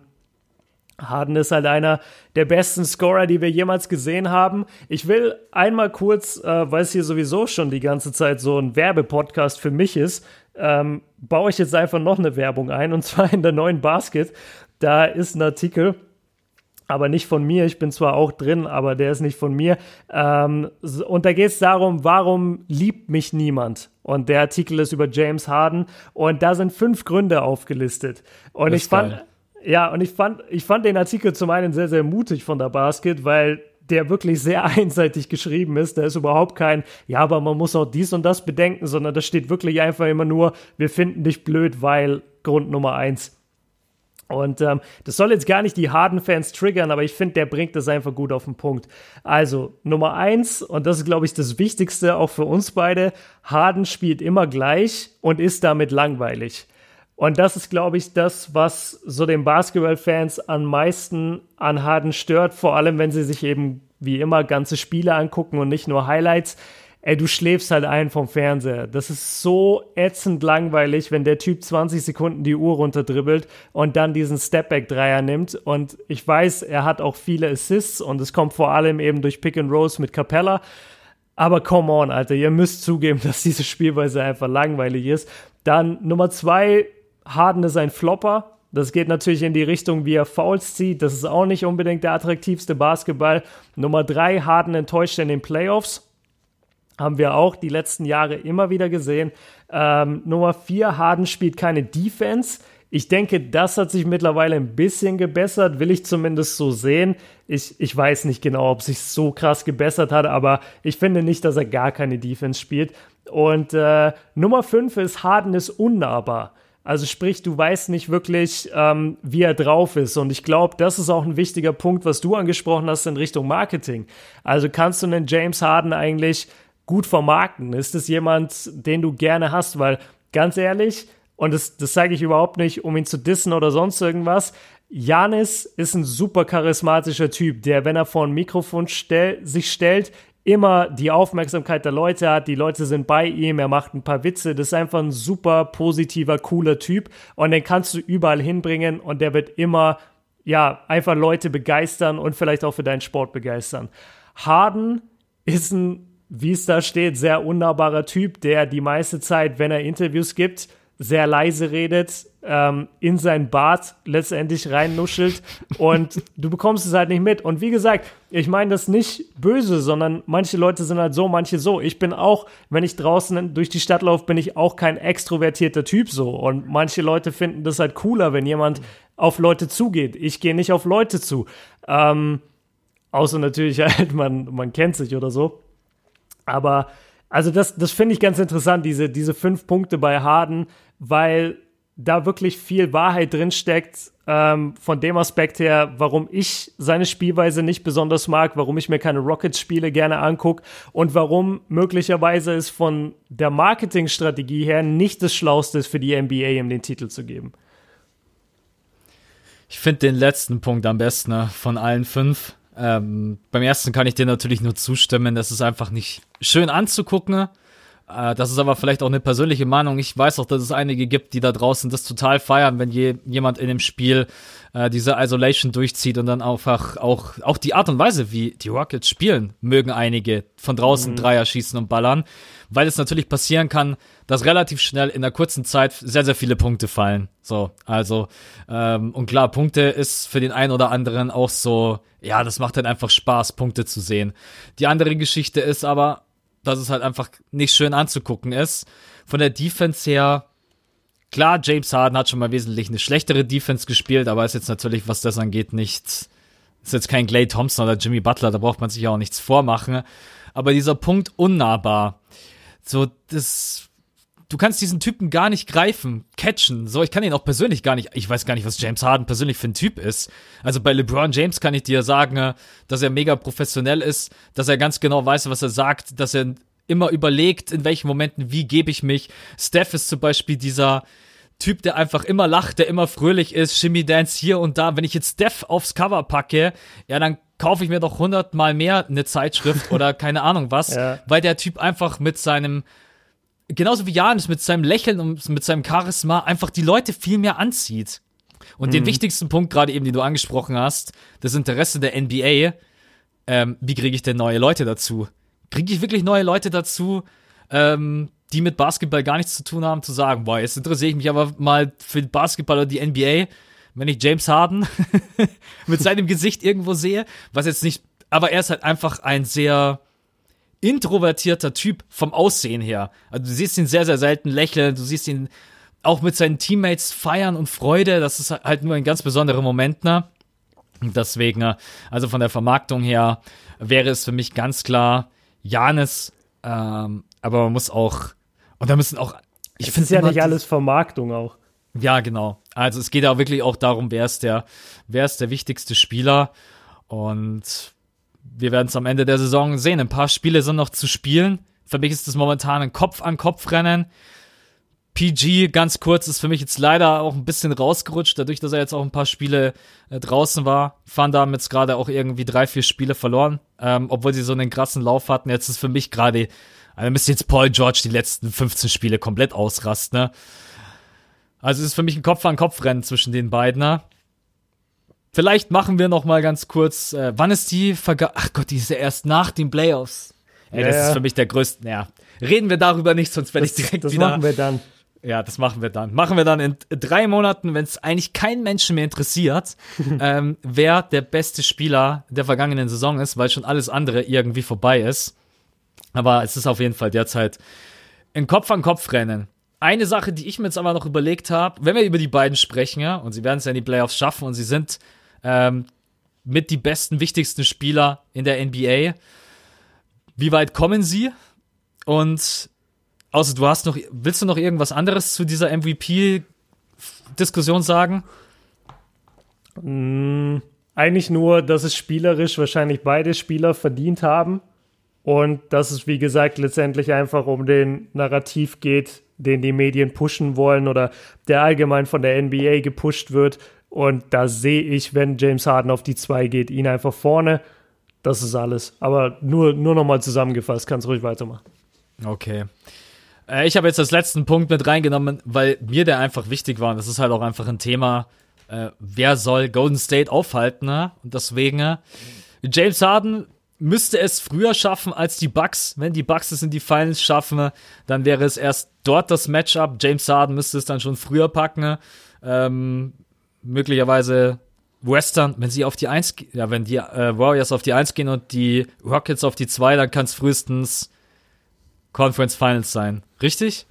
ist halt einer der besten Scorer, die wir jemals gesehen haben. Ich will einmal kurz, weil es hier sowieso schon die ganze Zeit so ein Werbepodcast für mich ist, baue ich jetzt einfach noch eine Werbung ein. Und zwar in der neuen Basket. Da ist ein Artikel, aber nicht von mir. Ich bin zwar auch drin, aber der ist nicht von mir. Und da geht es darum, warum liebt mich niemand? Und der Artikel ist über James Harden. Und da sind 5 Gründe aufgelistet. Und ich fand den Artikel zum einen sehr, sehr mutig von der Basket, weil der wirklich sehr einseitig geschrieben ist. Da ist überhaupt kein, aber man muss auch dies und das bedenken, sondern da steht wirklich einfach immer nur, wir finden dich blöd, weil Grund Nummer 1. Und das soll jetzt gar nicht die Harden-Fans triggern, aber ich finde, der bringt das einfach gut auf den Punkt. Also, Nummer 1, und das ist, glaube ich, das Wichtigste auch für uns beide, Harden spielt immer gleich und ist damit langweilig. Und das ist, glaube ich, das, was so den Basketball-Fans am meisten an Harden stört, vor allem, wenn sie sich eben, wie immer, ganze Spiele angucken und nicht nur Highlights. Du schläfst halt ein vom Fernseher. Das ist so ätzend langweilig, wenn der Typ 20 Sekunden die Uhr runterdribbelt und dann diesen Stepback-Dreier nimmt. Und ich weiß, er hat auch viele Assists und es kommt vor allem eben durch Pick and Rolls mit Capella. Aber come on, Alter, ihr müsst zugeben, dass diese Spielweise einfach langweilig ist. Dann Nummer 2, Harden ist ein Flopper. Das geht natürlich in die Richtung, wie er Fouls zieht. Das ist auch nicht unbedingt der attraktivste Basketball. Nummer 3, Harden enttäuscht in den Playoffs. Haben wir auch die letzten Jahre immer wieder gesehen. Nummer 4, Harden spielt keine Defense. Ich denke, das hat sich mittlerweile ein bisschen gebessert, will ich zumindest so sehen. Ich weiß nicht genau, ob sich so krass gebessert hat, aber ich finde nicht, dass er gar keine Defense spielt. Und Nummer 5 ist, Harden ist unnahbar. Also sprich, du weißt nicht wirklich, wie er drauf ist. Und ich glaube, das ist auch ein wichtiger Punkt, was du angesprochen hast in Richtung Marketing. Also kannst du einen James Harden eigentlich gut vermarkten? Ist es jemand, den du gerne hast? Weil, ganz ehrlich, und das sage ich überhaupt nicht, um ihn zu dissen oder sonst irgendwas, Giannis ist ein super charismatischer Typ, der, wenn er vor ein Mikrofon sich stellt, immer die Aufmerksamkeit der Leute hat, die Leute sind bei ihm, er macht ein paar Witze, das ist einfach ein super positiver, cooler Typ und den kannst du überall hinbringen und der wird immer, einfach Leute begeistern und vielleicht auch für deinen Sport begeistern. Harden ist ein, wie es da steht, sehr unnahbarer Typ, der die meiste Zeit, wenn er Interviews gibt, sehr leise redet, in sein Bart letztendlich reinnuschelt und du bekommst es halt nicht mit. Und wie gesagt, ich meine das nicht böse, sondern manche Leute sind halt so, manche so. Ich bin auch, wenn ich draußen durch die Stadt laufe, bin ich auch kein extrovertierter Typ so. Und manche Leute finden das halt cooler, wenn jemand auf Leute zugeht. Ich gehe nicht auf Leute zu. Außer natürlich halt, man kennt sich oder so. Aber also das finde ich ganz interessant, diese 5 Punkte bei Harden, weil da wirklich viel Wahrheit drin steckt, von dem Aspekt her, warum ich seine Spielweise nicht besonders mag, warum ich mir keine Rockets-Spiele gerne angucke und warum möglicherweise es von der Marketingstrategie her nicht das Schlauste ist für die NBA, ihm den Titel zu geben. Ich finde den letzten Punkt am besten von allen 5. Beim ersten kann ich dir natürlich nur zustimmen, das ist einfach nicht schön anzugucken. Das ist aber vielleicht auch eine persönliche Meinung. Ich weiß auch, dass es einige gibt, die da draußen das total feiern, wenn jemand in dem Spiel diese Isolation durchzieht und dann einfach auch die Art und Weise, wie die Rockets spielen, mögen einige von draußen Dreier schießen und ballern, weil es natürlich passieren kann, dass relativ schnell in einer kurzen Zeit sehr, sehr viele Punkte fallen. So, also, und klar, Punkte ist für den einen oder anderen auch so, ja, das macht halt einfach Spaß, Punkte zu sehen. Die andere Geschichte ist aber, dass es halt einfach nicht schön anzugucken ist. Von der Defense her, klar, James Harden hat schon mal wesentlich eine schlechtere Defense gespielt, aber ist jetzt natürlich, was das angeht, ist jetzt kein Klay Thompson oder Jimmy Butler, da braucht man sich ja auch nichts vormachen. Aber dieser Punkt unnahbar, so, du kannst diesen Typen gar nicht greifen, catchen, so, ich kann ihn auch persönlich gar nicht, ich weiß gar nicht, was James Harden persönlich für ein Typ ist. Also bei LeBron James kann ich dir sagen, dass er mega professionell ist, dass er ganz genau weiß, was er sagt, dass er immer überlegt, in welchen Momenten, wie gebe ich mich. Steph ist zum Beispiel dieser Typ, der einfach immer lacht, der immer fröhlich ist, Shimmy Dance hier und da. Wenn ich jetzt Steph aufs Cover packe, ja, dann kaufe ich mir doch 100 Mal mehr eine Zeitschrift oder keine Ahnung was, weil der Typ einfach mit seinem, genauso wie Giannis, mit seinem Lächeln und mit seinem Charisma einfach die Leute viel mehr anzieht. Und den wichtigsten Punkt, gerade eben, den du angesprochen hast, das Interesse der NBA, wie kriege ich denn neue Leute dazu? Kriege ich wirklich neue Leute dazu, die mit Basketball gar nichts zu tun haben, zu sagen, boah, jetzt interessiere ich mich aber mal für Basketball oder die NBA, wenn ich James Harden mit seinem Gesicht irgendwo sehe, was jetzt nicht, aber er ist halt einfach ein sehr introvertierter Typ vom Aussehen her. Also du siehst ihn sehr, sehr selten lächeln, du siehst ihn auch mit seinen Teammates feiern und Freude, das ist halt nur ein ganz besonderer Moment, ne? Und deswegen, also von der Vermarktung her, wäre es für mich ganz klar Giannis, aber man muss auch, und da müssen auch, ich finde es ja nicht alles Vermarktung auch. Ja, genau. Also es geht ja wirklich auch darum, wer ist der wichtigste Spieler, und wir werden es am Ende der Saison sehen. Ein paar Spiele sind noch zu spielen. Für mich ist das momentan ein Kopf-an-Kopf-Rennen. PG, ganz kurz, ist für mich jetzt leider auch ein bisschen rausgerutscht, dadurch, dass er jetzt auch ein paar Spiele draußen war. Thunder haben jetzt gerade auch irgendwie 3-4 Spiele verloren, obwohl sie so einen krassen Lauf hatten. Jetzt ist für mich gerade, also müsste jetzt Paul George die letzten 15 Spiele komplett ausrasten, ne? Also es ist für mich ein Kopf-an-Kopf-Rennen zwischen den beiden, ne? Vielleicht machen wir noch mal ganz kurz, wann ist die Ach Gott, die ist ja erst nach den Playoffs. Ey, das ist für mich der größte, reden wir darüber nicht, sonst werde ich direkt wieder. Das machen wir dann. Ja, das machen wir dann. Machen wir dann in 3 Monaten, wenn es eigentlich keinen Menschen mehr interessiert, wer der beste Spieler der vergangenen Saison ist, weil schon alles andere irgendwie vorbei ist. Aber es ist auf jeden Fall derzeit ein Kopf-an-Kopf-Rennen. Eine Sache, die ich mir jetzt aber noch überlegt habe, wenn wir über die beiden sprechen, ja, und sie werden es ja in die Playoffs schaffen und sie sind mit die besten, wichtigsten Spieler in der NBA. Wie weit kommen sie? Und außer willst du noch irgendwas anderes zu dieser MVP-Diskussion sagen? Eigentlich nur, dass es spielerisch wahrscheinlich beide Spieler verdient haben und dass es, wie gesagt, letztendlich einfach um den Narrativ geht, den die Medien pushen wollen oder der allgemein von der NBA gepusht wird. Und da sehe ich, wenn James Harden auf die 2 geht, ihn einfach vorne. Das ist alles. Aber nur nochmal zusammengefasst, kannst ruhig weitermachen. Okay. Ich habe jetzt als letzten Punkt mit reingenommen, weil mir der einfach wichtig war. Und das ist halt auch einfach ein Thema, wer soll Golden State aufhalten, ne? Und deswegen, James Harden müsste es früher schaffen als die Bucks. Wenn die Bucks es in die Finals schaffen, dann wäre es erst dort das Matchup. James Harden müsste es dann schon früher packen. Möglicherweise Western, wenn sie auf die 1 gehen, ja, wenn die Warriors auf die 1 gehen und die Rockets auf die 2, dann kann es frühestens Conference Finals sein. Richtig?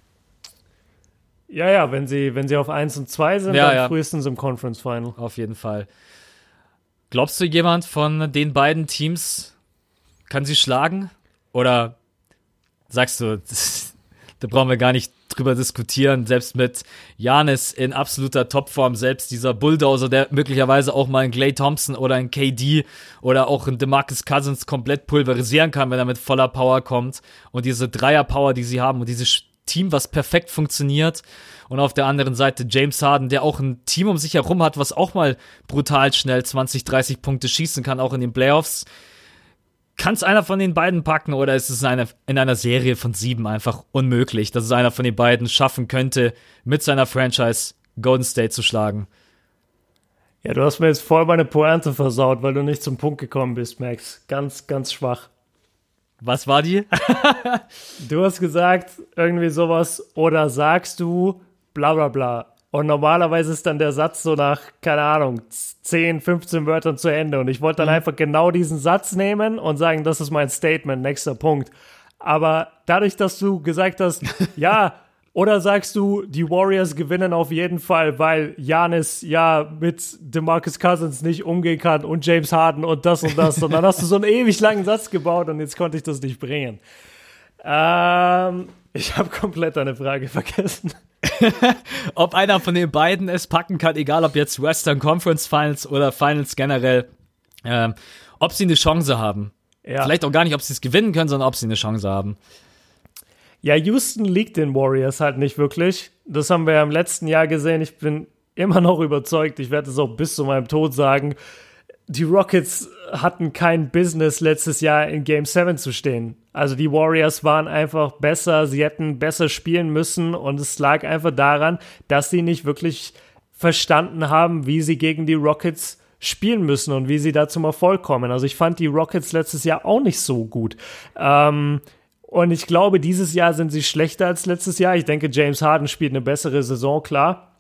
Ja, wenn sie auf 1 und 2 sind, dann frühestens im Conference Final. Auf jeden Fall. Glaubst du, jemand von den beiden Teams kann sie schlagen? Oder sagst du, da brauchen wir gar nicht drüber diskutieren, selbst mit Giannis in absoluter Topform, selbst dieser Bulldozer, der möglicherweise auch mal einen Klay Thompson oder einen KD oder auch einen DeMarcus Cousins komplett pulverisieren kann, wenn er mit voller Power kommt, und diese Dreier-Power, die sie haben, und dieses Team, was perfekt funktioniert, und auf der anderen Seite James Harden, der auch ein Team um sich herum hat, was auch mal brutal schnell 20, 30 Punkte schießen kann, auch in den Playoffs. Kann es einer von den beiden packen, oder ist es in einer Serie von 7 einfach unmöglich, dass es einer von den beiden schaffen könnte, mit seiner Franchise Golden State zu schlagen? Ja, du hast mir jetzt voll meine Pointe versaut, weil du nicht zum Punkt gekommen bist, Max. Ganz, ganz schwach. Was war die? Du hast gesagt, irgendwie sowas, oder sagst du bla bla bla. Und normalerweise ist dann der Satz so nach, keine Ahnung, 10, 15 Wörtern zu Ende. Und ich wollte dann einfach genau diesen Satz nehmen und sagen, das ist mein Statement, nächster Punkt. Aber dadurch, dass du gesagt hast, ja, oder sagst du, die Warriors gewinnen auf jeden Fall, weil Giannis ja mit DeMarcus Cousins nicht umgehen kann und James Harden und das. Und dann hast du so einen ewig langen Satz gebaut und jetzt konnte ich das nicht bringen. Ich habe komplett eine Frage vergessen. Ob einer von den beiden es packen kann, egal ob jetzt Western Conference Finals oder Finals generell, ob sie eine Chance haben. Ja. Vielleicht auch gar nicht, ob sie es gewinnen können, sondern ob sie eine Chance haben. Ja, Houston liegt den Warriors halt nicht wirklich. Das haben wir ja im letzten Jahr gesehen. Ich bin immer noch überzeugt, ich werde es auch bis zu meinem Tod sagen, die Rockets hatten kein Business letztes Jahr in Game 7 zu stehen. Also die Warriors waren einfach besser, sie hätten besser spielen müssen, und es lag einfach daran, dass sie nicht wirklich verstanden haben, wie sie gegen die Rockets spielen müssen und wie sie da zum Erfolg kommen. Also ich fand die Rockets letztes Jahr auch nicht so gut. Und ich glaube, dieses Jahr sind sie schlechter als letztes Jahr. Ich denke, James Harden spielt eine bessere Saison, klar.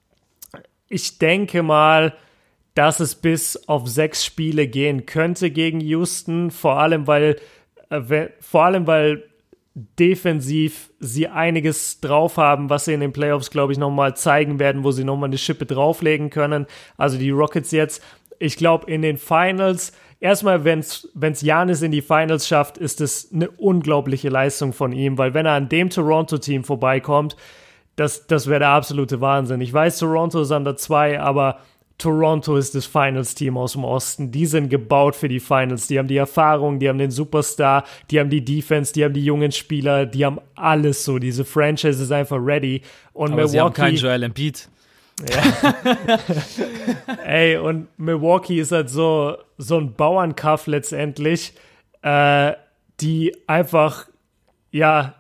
Ich denke mal, dass es bis auf 6 Spiele gehen könnte gegen Houston, vor allem weil defensiv sie einiges drauf haben, was sie in den Playoffs, glaube ich, nochmal zeigen werden, wo sie nochmal eine Schippe drauflegen können. Also die Rockets jetzt, ich glaube, in den Finals, erstmal, wenn's Giannis in die Finals schafft, ist es eine unglaubliche Leistung von ihm, weil wenn er an dem Toronto-Team vorbeikommt, das wäre der absolute Wahnsinn. Ich weiß, Toronto ist an der 2, aber Toronto ist das Finals-Team aus dem Osten. Die sind gebaut für die Finals. Die haben die Erfahrung, die haben den Superstar, die haben die Defense, die haben die jungen Spieler, die haben alles so. Diese Franchise ist einfach ready. Und aber sie haben keinen Joel Embiid. Ja. Ey, und Milwaukee ist halt so ein Bauernkaff letztendlich, die einfach, ja,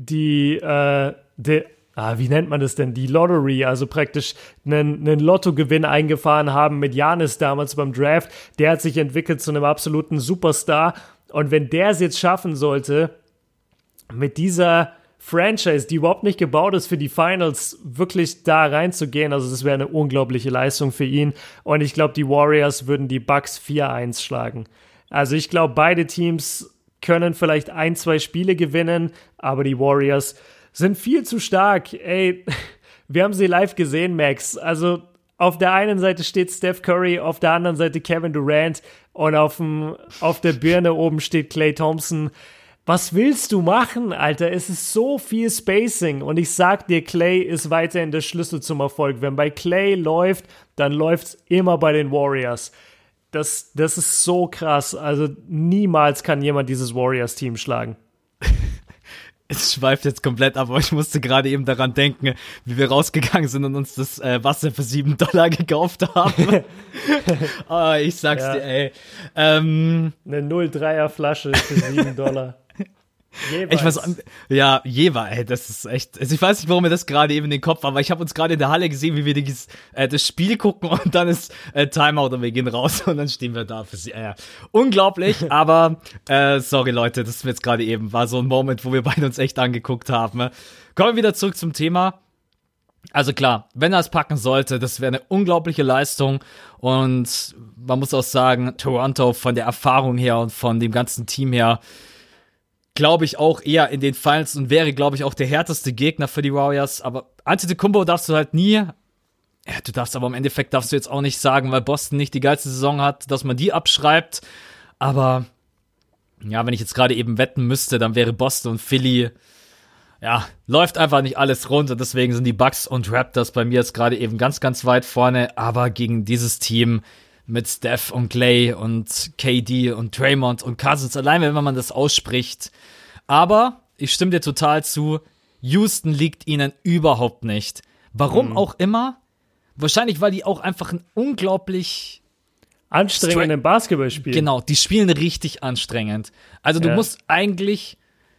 wie nennt man das denn? Die Lottery, also praktisch einen Lottogewinn eingefahren haben mit Giannis damals beim Draft. Der hat sich entwickelt zu einem absoluten Superstar. Und wenn der es jetzt schaffen sollte, mit dieser Franchise, die überhaupt nicht gebaut ist für die Finals, wirklich da reinzugehen, also das wäre eine unglaubliche Leistung für ihn. Und ich glaube, die Warriors würden die Bucks 4-1 schlagen. Also ich glaube, beide Teams können vielleicht 1, 2 Spiele gewinnen, aber die Warriors sind viel zu stark. Ey, wir haben sie live gesehen, Max. Also auf der einen Seite steht Steph Curry, auf der anderen Seite Kevin Durant und auf der Birne oben steht Klay Thompson. Was willst du machen, Alter? Es ist so viel Spacing, und ich sag dir, Klay ist weiterhin der Schlüssel zum Erfolg. Wenn bei Klay läuft, dann läuft's immer bei den Warriors. Das ist so krass. Also niemals kann jemand dieses Warriors-Team schlagen. Es schweift jetzt komplett ab, aber ich musste gerade eben daran denken, wie wir rausgegangen sind und uns das Wasser für $7 gekauft haben. Oh, ich sag's dir, ey. Eine 0,3er Flasche für $7. Ich weiß, ja, jeweils, ey, das ist echt, also ich weiß nicht, warum mir das gerade eben in den Kopf war, aber ich habe uns gerade in der Halle gesehen, wie wir das Spiel gucken und dann ist Timeout und wir gehen raus und dann stehen wir da für sie. Unglaublich, aber sorry Leute, das jetzt gerade eben war so ein Moment, wo wir beide uns echt angeguckt haben. Kommen wir wieder zurück zum Thema. Also klar, wenn er es packen sollte, das wäre eine unglaubliche Leistung und man muss auch sagen, Toronto von der Erfahrung her und von dem ganzen Team her, glaube ich, auch eher in den Finals und wäre, glaube ich, auch der härteste Gegner für die Warriors. Aber Antetokounmpo darfst du halt nie. Ja, du darfst aber im Endeffekt darfst du jetzt auch nicht sagen, weil Boston nicht die geilste Saison hat, dass man die abschreibt. Aber ja, wenn ich jetzt gerade eben wetten müsste, dann wäre Boston und Philly, ja, läuft einfach nicht alles rund und deswegen sind die Bucks und Raptors bei mir jetzt gerade eben ganz, ganz weit vorne. Aber gegen dieses Team mit Steph und Clay und KD und Draymond und Cousins, allein wenn man das ausspricht. Aber ich stimme dir total zu, Houston liegt ihnen überhaupt nicht. Warum auch immer? Wahrscheinlich, weil die auch einfach ein unglaublich anstrengenden Basketball spielen. Genau, die spielen richtig anstrengend. Also du musst eigentlich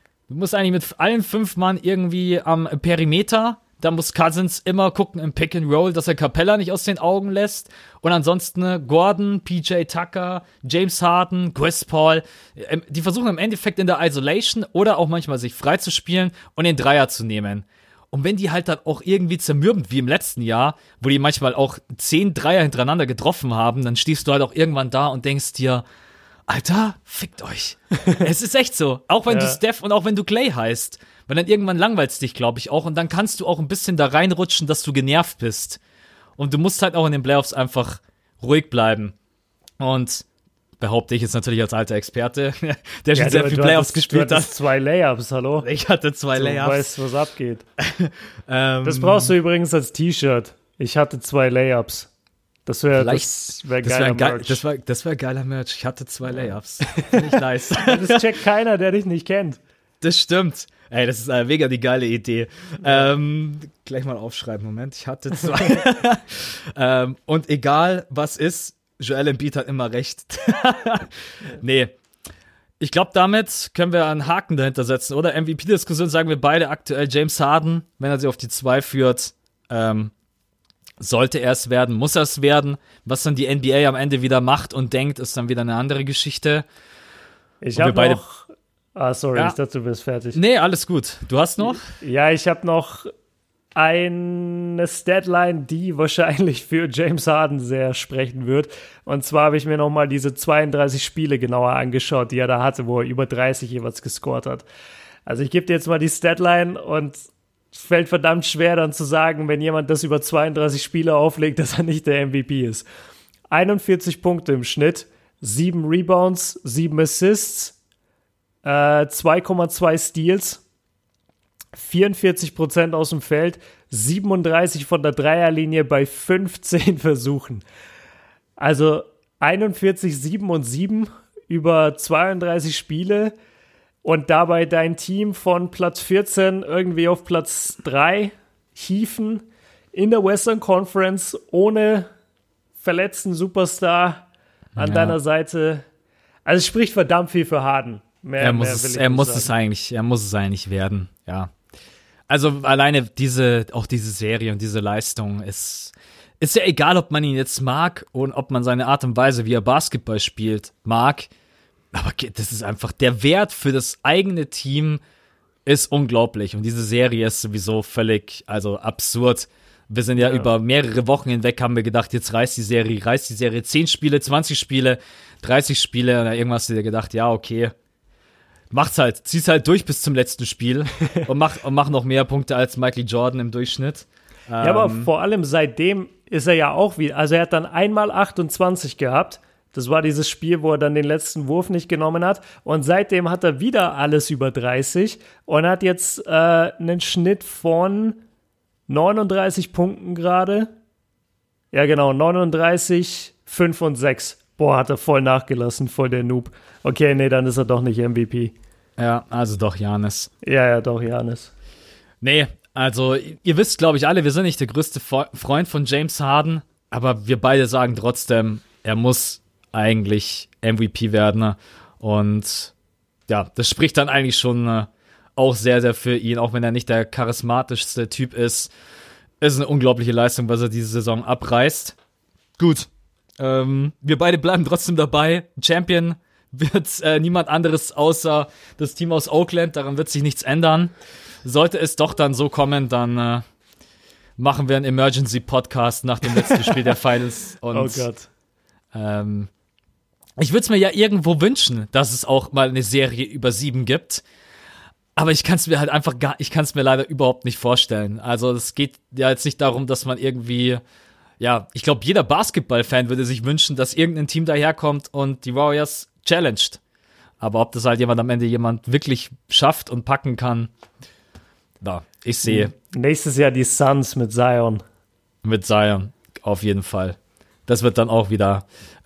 mit allen 5 Mann irgendwie am Perimeter. Da muss Cousins immer gucken im Pick and Roll, dass er Capella nicht aus den Augen lässt. Und ansonsten Gordon, PJ Tucker, James Harden, Chris Paul. Die versuchen im Endeffekt in der Isolation oder auch manchmal sich frei zu spielen und den Dreier zu nehmen. Und wenn die halt dann auch irgendwie zermürben, wie im letzten Jahr, wo die manchmal auch 10 Dreier hintereinander getroffen haben, dann stehst du halt auch irgendwann da und denkst dir, Alter, fickt euch. Es ist echt so. Auch wenn du Steph und auch wenn du Clay heißt. Weil dann irgendwann langweilst dich, glaube ich, auch. Und dann kannst du auch ein bisschen da reinrutschen, dass du genervt bist. Und du musst halt auch in den Playoffs einfach ruhig bleiben. Und behaupte ich jetzt natürlich als alter Experte, der schon sehr viel Playoffs gespielt hat. Du hattest 2 Layups, hallo? Ich hatte 2 Layups. Du weißt, was abgeht. Das brauchst du übrigens als T-Shirt. Ich hatte 2 Layups. Das wäre geiler Merch. Das wär geiler Merch. Ich hatte 2 Layups. Finde ich nice. Das checkt keiner, der dich nicht kennt. Das stimmt. Ey, das ist mega die geile Idee. Gleich mal aufschreiben, Moment. Ich hatte 2. Und egal, was ist, Joel Embiid hat immer recht. Nee. Ich glaube, damit können wir einen Haken dahinter setzen, oder? MVP-Diskussion sagen wir beide aktuell James Harden, wenn er sie auf die 2 führt. Sollte er es werden, muss er es werden. Was dann die NBA am Ende wieder macht und denkt, ist dann wieder eine andere Geschichte. Ich habe noch... sorry, ich dachte, du bist fertig. Nee, alles gut. Du hast noch? Ja, ich habe noch eine Statline, die wahrscheinlich für James Harden sehr sprechen wird. Und zwar habe ich mir nochmal diese 32 Spiele genauer angeschaut, die er da hatte, wo er über 30 jeweils gescored hat. Also ich gebe dir jetzt mal die Statline und es fällt verdammt schwer dann zu sagen, wenn jemand das über 32 Spiele auflegt, dass er nicht der MVP ist. 41 Punkte im Schnitt, 7 Rebounds, 7 Assists, 2,2 Steals, 44% aus dem Feld, 37 von der Dreierlinie bei 15 Versuchen. Also 41, 7 und 7 über 32 Spiele und dabei dein Team von Platz 14 irgendwie auf Platz 3 hieven in der Western Conference ohne verletzten Superstar an deiner Seite. Also es spricht verdammt viel für Harden. Er muss es eigentlich werden, ja. Also alleine diese Serie und diese Leistung ist ja egal, ob man ihn jetzt mag und ob man seine Art und Weise, wie er Basketball spielt, mag. Aber das ist einfach, der Wert für das eigene Team ist unglaublich. Und diese Serie ist sowieso völlig, also absurd. Wir sind ja über mehrere Wochen hinweg, haben wir gedacht, jetzt reißt die Serie 10 Spiele, 20 Spiele, 30 Spiele. Oder irgendwas hast du dir gedacht, ja, okay. Zieh's halt durch bis zum letzten Spiel und mach noch mehr Punkte als Michael Jordan im Durchschnitt. Ja, aber vor allem seitdem ist er ja auch wieder, also er hat dann einmal 28 gehabt. Das war dieses Spiel, wo er dann den letzten Wurf nicht genommen hat. Und seitdem hat er wieder alles über 30 und hat jetzt einen Schnitt von 39 Punkten gerade. Ja, genau, 39, 5 und 6. Boah, hat er voll nachgelassen, voll der Noob. Okay, nee, dann ist er doch nicht MVP. Ja, also doch Giannis. Ja, doch, Giannis. Nee, also ihr wisst, glaube ich, alle, wir sind nicht der größte Freund von James Harden, aber wir beide sagen trotzdem, er muss eigentlich MVP werden. Und ja, das spricht dann eigentlich schon auch sehr, sehr für ihn, auch wenn er nicht der charismatischste Typ ist. Ist eine unglaubliche Leistung, was er diese Saison abreißt. Gut, wir beide bleiben trotzdem dabei. Champion wird niemand anderes außer das Team aus Oakland, daran wird sich nichts ändern. Sollte es doch dann so kommen, dann machen wir einen Emergency-Podcast nach dem letzten Spiel der Finals. Und, oh Gott. Ich würde es mir ja irgendwo wünschen, dass es auch mal eine Serie über 7 gibt. Aber ich kann es mir halt einfach ich kann es mir leider überhaupt nicht vorstellen. Also es geht ja jetzt nicht darum, dass man irgendwie, ja, ich glaube, jeder Basketball-Fan würde sich wünschen, dass irgendein Team daherkommt und die Warriors challenged. Aber ob das halt am Ende jemand wirklich schafft und packen kann, ja, ich sehe. Nächstes Jahr die Suns mit Zion. Mit Zion, auf jeden Fall. Das wird dann auch wieder,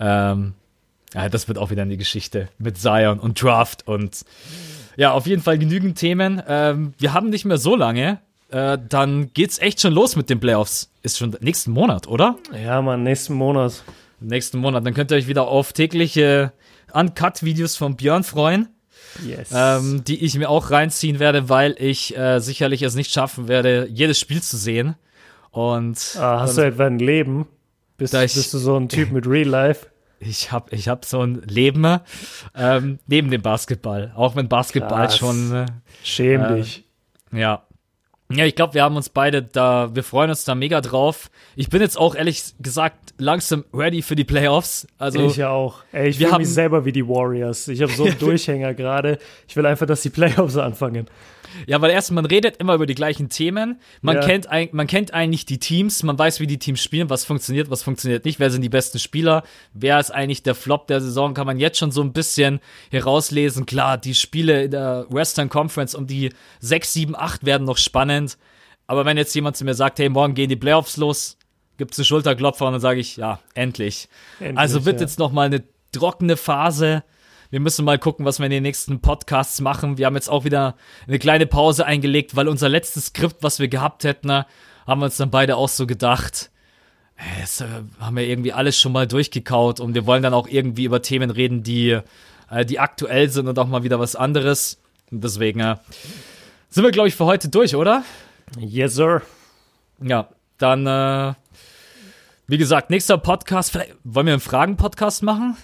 das wird auch wieder eine Geschichte mit Zion und Draft und ja, auf jeden Fall genügend Themen. Wir haben nicht mehr so lange. Dann geht's echt schon los mit den Playoffs. Ist schon nächsten Monat, oder? Ja, Mann, nächsten Monat. Nächsten Monat. Dann könnt ihr euch wieder auf tägliche Uncut-Videos von Björn freuen. Yes. Die ich mir auch reinziehen werde, weil ich sicherlich es nicht schaffen werde, jedes Spiel zu sehen. Und hast du etwa ein Leben? Bist du so ein Typ mit Real Life? Ich hab so ein Leben neben dem Basketball. Auch wenn Basketball Krass. schon Schäm dich. Ja. Ja, ich glaube, wir haben uns beide wir freuen uns da mega drauf. Ich bin jetzt auch ehrlich gesagt langsam ready für die Playoffs. Also ich auch. Ey, ich fühle mich selber wie die Warriors. Ich habe so einen Durchhänger gerade. Ich will einfach, dass die Playoffs anfangen. Ja, weil man redet immer über die gleichen Themen. Man kennt eigentlich die Teams. Man weiß, wie die Teams spielen, was funktioniert nicht. Wer sind die besten Spieler? Wer ist eigentlich der Flop der Saison? Kann man jetzt schon so ein bisschen herauslesen. Klar, die Spiele in der Western Conference um die 6, 7, 8 werden noch spannend. Aber wenn jetzt jemand zu mir sagt, hey, morgen gehen die Playoffs los, gibt's eine Schulterklopfer und dann sage ich, ja, endlich. Also wird jetzt noch mal eine trockene Phase. Wir müssen mal gucken, was wir in den nächsten Podcasts machen. Wir haben jetzt auch wieder eine kleine Pause eingelegt, weil unser letztes Skript, was wir gehabt hätten, haben wir uns dann beide auch so gedacht, das haben wir irgendwie alles schon mal durchgekaut und wir wollen dann auch irgendwie über Themen reden, die aktuell sind und auch mal wieder was anderes. Und deswegen sind wir, glaube ich, für heute durch, oder? Yes, sir. Ja, dann, wie gesagt, nächster Podcast. Vielleicht, wollen wir einen Fragen-Podcast machen?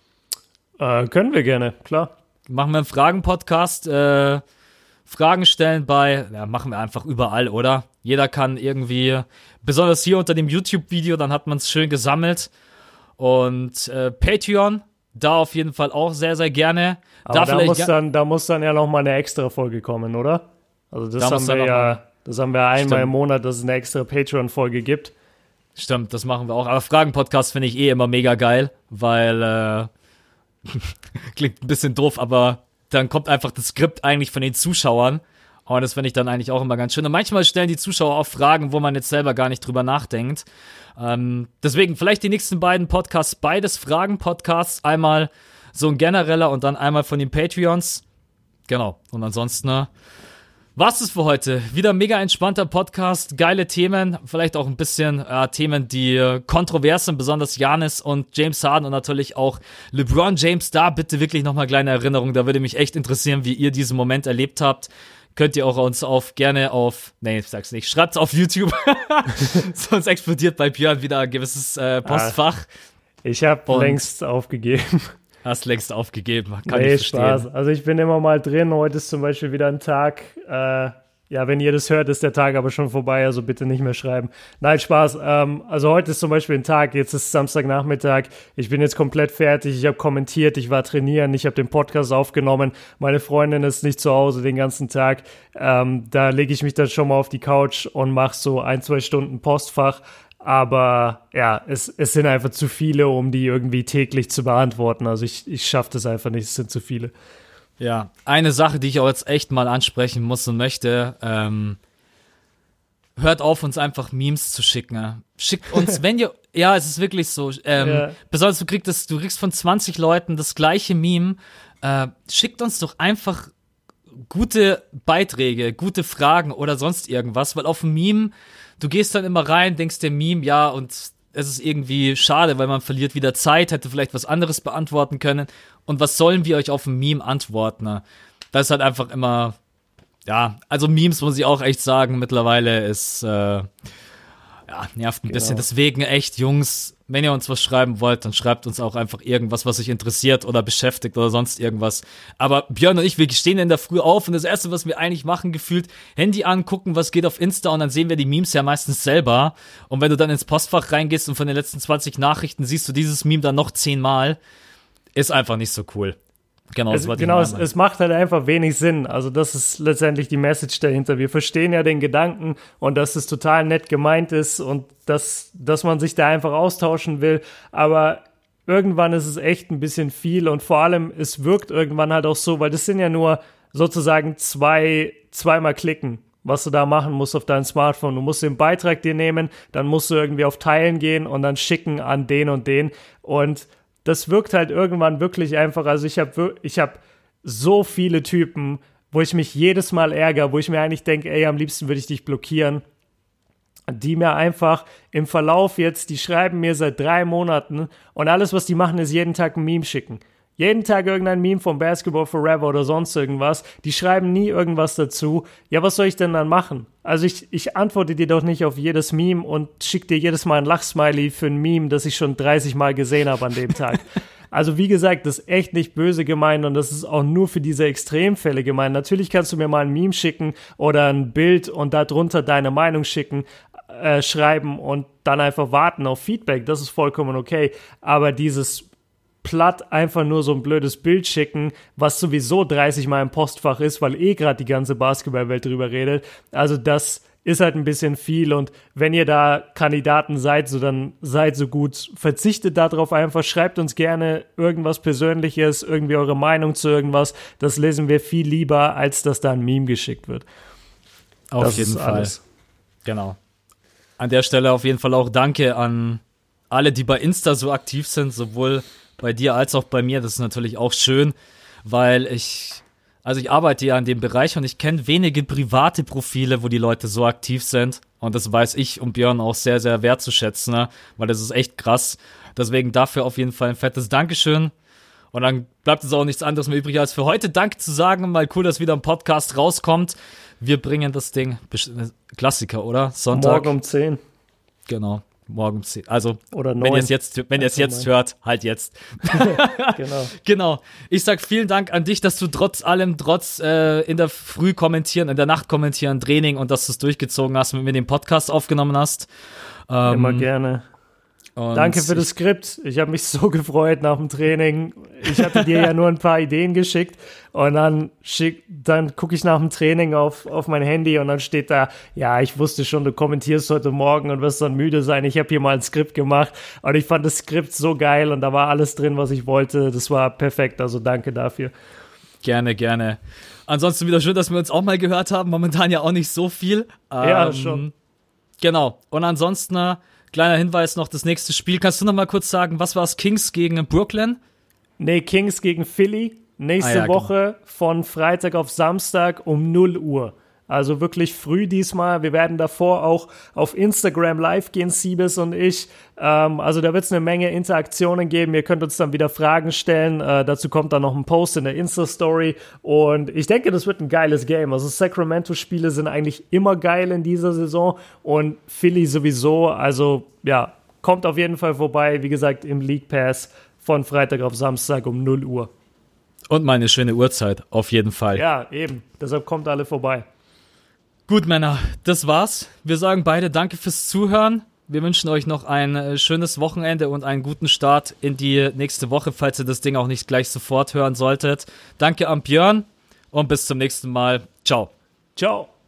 Können wir gerne, klar. Machen wir einen Fragen-Podcast. Fragen stellen machen wir einfach überall, oder? Jeder kann irgendwie, besonders hier unter dem YouTube-Video, dann hat man es schön gesammelt. Und Patreon, da auf jeden Fall auch sehr, sehr gerne. Aber da muss dann ja noch mal eine extra Folge kommen, oder? Also das haben wir einmal im Monat, dass es eine extra Patreon-Folge gibt. Stimmt, das machen wir auch. Aber Fragen-Podcast finde ich immer mega geil, weil klingt ein bisschen doof, aber dann kommt einfach das Skript eigentlich von den Zuschauern und das finde ich dann eigentlich auch immer ganz schön. Und manchmal stellen die Zuschauer auch Fragen, wo man jetzt selber gar nicht drüber nachdenkt. Deswegen vielleicht die nächsten beiden Podcasts, beides Fragen-Podcasts, einmal so ein genereller und dann einmal von den Patreons. Genau, und ansonsten war's es für heute. Wieder mega entspannter Podcast, geile Themen, vielleicht auch ein bisschen Themen, die kontrovers sind, besonders Giannis und James Harden und natürlich auch LeBron James. Da bitte wirklich nochmal kleine Erinnerung, da würde mich echt interessieren, wie ihr diesen Moment erlebt habt. Könnt ihr auch uns ich sag's nicht, schreibt's auf YouTube, sonst explodiert bei Björn wieder ein gewisses Postfach. Ich habe längst aufgegeben. Hast längst aufgegeben, kann ich verstehen. Spaß. Also ich bin immer mal drin, heute ist zum Beispiel wieder ein Tag, wenn ihr das hört, ist der Tag aber schon vorbei, also bitte nicht mehr schreiben. Nein, Spaß, also heute ist zum Beispiel ein Tag, jetzt ist Samstagnachmittag, ich bin jetzt komplett fertig, ich habe kommentiert, ich war trainieren, ich habe den Podcast aufgenommen, meine Freundin ist nicht zu Hause den ganzen Tag, da lege ich mich dann schon mal auf die Couch und mache so 1-2 Stunden Postfach. Aber ja, es sind einfach zu viele, um die irgendwie täglich zu beantworten. Also ich schaffe das einfach nicht, es sind zu viele. Ja, eine Sache, die ich auch jetzt echt mal ansprechen muss und möchte, hört auf, uns einfach Memes zu schicken. Schickt uns, wenn ihr, ja, es ist wirklich so, besonders du kriegst von 20 Leuten das gleiche Meme, schickt uns doch einfach gute Beiträge, gute Fragen oder sonst irgendwas, weil auf ein Meme, du gehst dann immer rein, denkst dir Meme, ja, und es ist irgendwie schade, weil man verliert wieder Zeit, hätte vielleicht was anderes beantworten können. Und was sollen wir euch auf ein Meme antworten? Ne? Das ist halt einfach immer, ja, also Memes, muss ich auch echt sagen, mittlerweile ist, nervt ein bisschen. Deswegen echt, Jungs, wenn ihr uns was schreiben wollt, dann schreibt uns auch einfach irgendwas, was euch interessiert oder beschäftigt oder sonst irgendwas. Aber Björn und ich, wir stehen in der Früh auf und das Erste, was wir eigentlich machen, gefühlt Handy angucken, was geht auf Insta und dann sehen wir die Memes ja meistens selber. Und wenn du dann ins Postfach reingehst und von den letzten 20 Nachrichten siehst du dieses Meme dann noch 10 Mal, ist einfach nicht so cool. Genau, es macht halt einfach wenig Sinn. Also das ist letztendlich die Message dahinter. Wir verstehen ja den Gedanken und dass es total nett gemeint ist und dass man sich da einfach austauschen will. Aber irgendwann ist es echt ein bisschen viel und vor allem, es wirkt irgendwann halt auch so, weil das sind ja nur sozusagen zweimal klicken, was du da machen musst auf dein Smartphone. Du musst den Beitrag dir nehmen, dann musst du irgendwie auf Teilen gehen und dann schicken an den und den und das wirkt halt irgendwann wirklich einfach, also ich hab so viele Typen, wo ich mich jedes Mal ärgere, wo ich mir eigentlich denke, ey, am liebsten würde ich dich blockieren, die mir einfach im Verlauf jetzt, die schreiben mir seit 3 Monaten und alles, was die machen, ist jeden Tag ein Meme schicken. Jeden Tag irgendein Meme von Basketball Forever oder sonst irgendwas. Die schreiben nie irgendwas dazu. Ja, was soll ich denn dann machen? Also ich antworte dir doch nicht auf jedes Meme und schicke dir jedes Mal ein Lachsmiley für ein Meme, das ich schon 30 Mal gesehen habe an dem Tag. Also wie gesagt, das ist echt nicht böse gemeint und das ist auch nur für diese Extremfälle gemeint. Natürlich kannst du mir mal ein Meme schicken oder ein Bild und darunter deine Meinung schreiben und dann einfach warten auf Feedback. Das ist vollkommen okay. Aber dieses platt einfach nur so ein blödes Bild schicken, was sowieso 30 Mal im Postfach ist, weil gerade die ganze Basketballwelt drüber redet. Also das ist halt ein bisschen viel und wenn ihr da Kandidaten seid, dann seid so gut, verzichtet darauf einfach, schreibt uns gerne irgendwas Persönliches, irgendwie eure Meinung zu irgendwas. Das lesen wir viel lieber, als dass da ein Meme geschickt wird. Auf jeden Fall. Alles. Genau. An der Stelle auf jeden Fall auch Danke an alle, die bei Insta so aktiv sind, sowohl bei dir als auch bei mir. Das ist natürlich auch schön, weil ich arbeite ja in dem Bereich und ich kenne wenige private Profile, wo die Leute so aktiv sind und das weiß ich und Björn auch sehr, sehr wertzuschätzen, ne? Weil das ist echt krass. Deswegen dafür auf jeden Fall ein fettes Dankeschön und dann bleibt es auch nichts anderes mehr übrig, als für heute Danke zu sagen. Mal cool, dass wieder ein Podcast rauskommt. Wir bringen das Ding, Klassiker, oder? Sonntag. Morgen um 10. Genau. Morgen 10. Also, oder 9. wenn ihr es jetzt hört, halt jetzt. Genau. Ich sag vielen Dank an dich, dass du trotz in der Früh kommentieren, in der Nacht kommentieren, Training und dass du es durchgezogen hast und mit mir den Podcast aufgenommen hast. Immer gerne. Danke für das Skript. Ich habe mich so gefreut nach dem Training. Ich hatte dir ja nur ein paar Ideen geschickt und dann gucke ich nach dem Training auf mein Handy und dann steht da, ja, ich wusste schon, du kommentierst heute Morgen und wirst dann müde sein. Ich habe hier mal ein Skript gemacht und ich fand das Skript so geil und da war alles drin, was ich wollte. Das war perfekt, also danke dafür. Gerne, gerne. Ansonsten wieder schön, dass wir uns auch mal gehört haben. Momentan ja auch nicht so viel. Ja, schon. Genau. Und ansonsten kleiner Hinweis noch, das nächste Spiel. Kannst du noch mal kurz sagen, was war es? Kings gegen Brooklyn? Nee, Kings gegen Philly. Nächste Woche von Freitag auf Samstag um 0 Uhr. Also wirklich früh diesmal. Wir werden davor auch auf Instagram live gehen, Siebes und ich. Also da wird es eine Menge Interaktionen geben. Ihr könnt uns dann wieder Fragen stellen. Dazu kommt dann noch ein Post in der Insta-Story. Und ich denke, das wird ein geiles Game. Also Sacramento-Spiele sind eigentlich immer geil in dieser Saison. Und Philly sowieso. Also ja, kommt auf jeden Fall vorbei. Wie gesagt, im League Pass von Freitag auf Samstag um 0 Uhr. Und mal eine schöne Uhrzeit, auf jeden Fall. Ja, eben. Deshalb kommt alle vorbei. Gut, Männer, das war's. Wir sagen beide Danke fürs Zuhören. Wir wünschen euch noch ein schönes Wochenende und einen guten Start in die nächste Woche, falls ihr das Ding auch nicht gleich sofort hören solltet. Danke an Björn und bis zum nächsten Mal. Ciao. Ciao.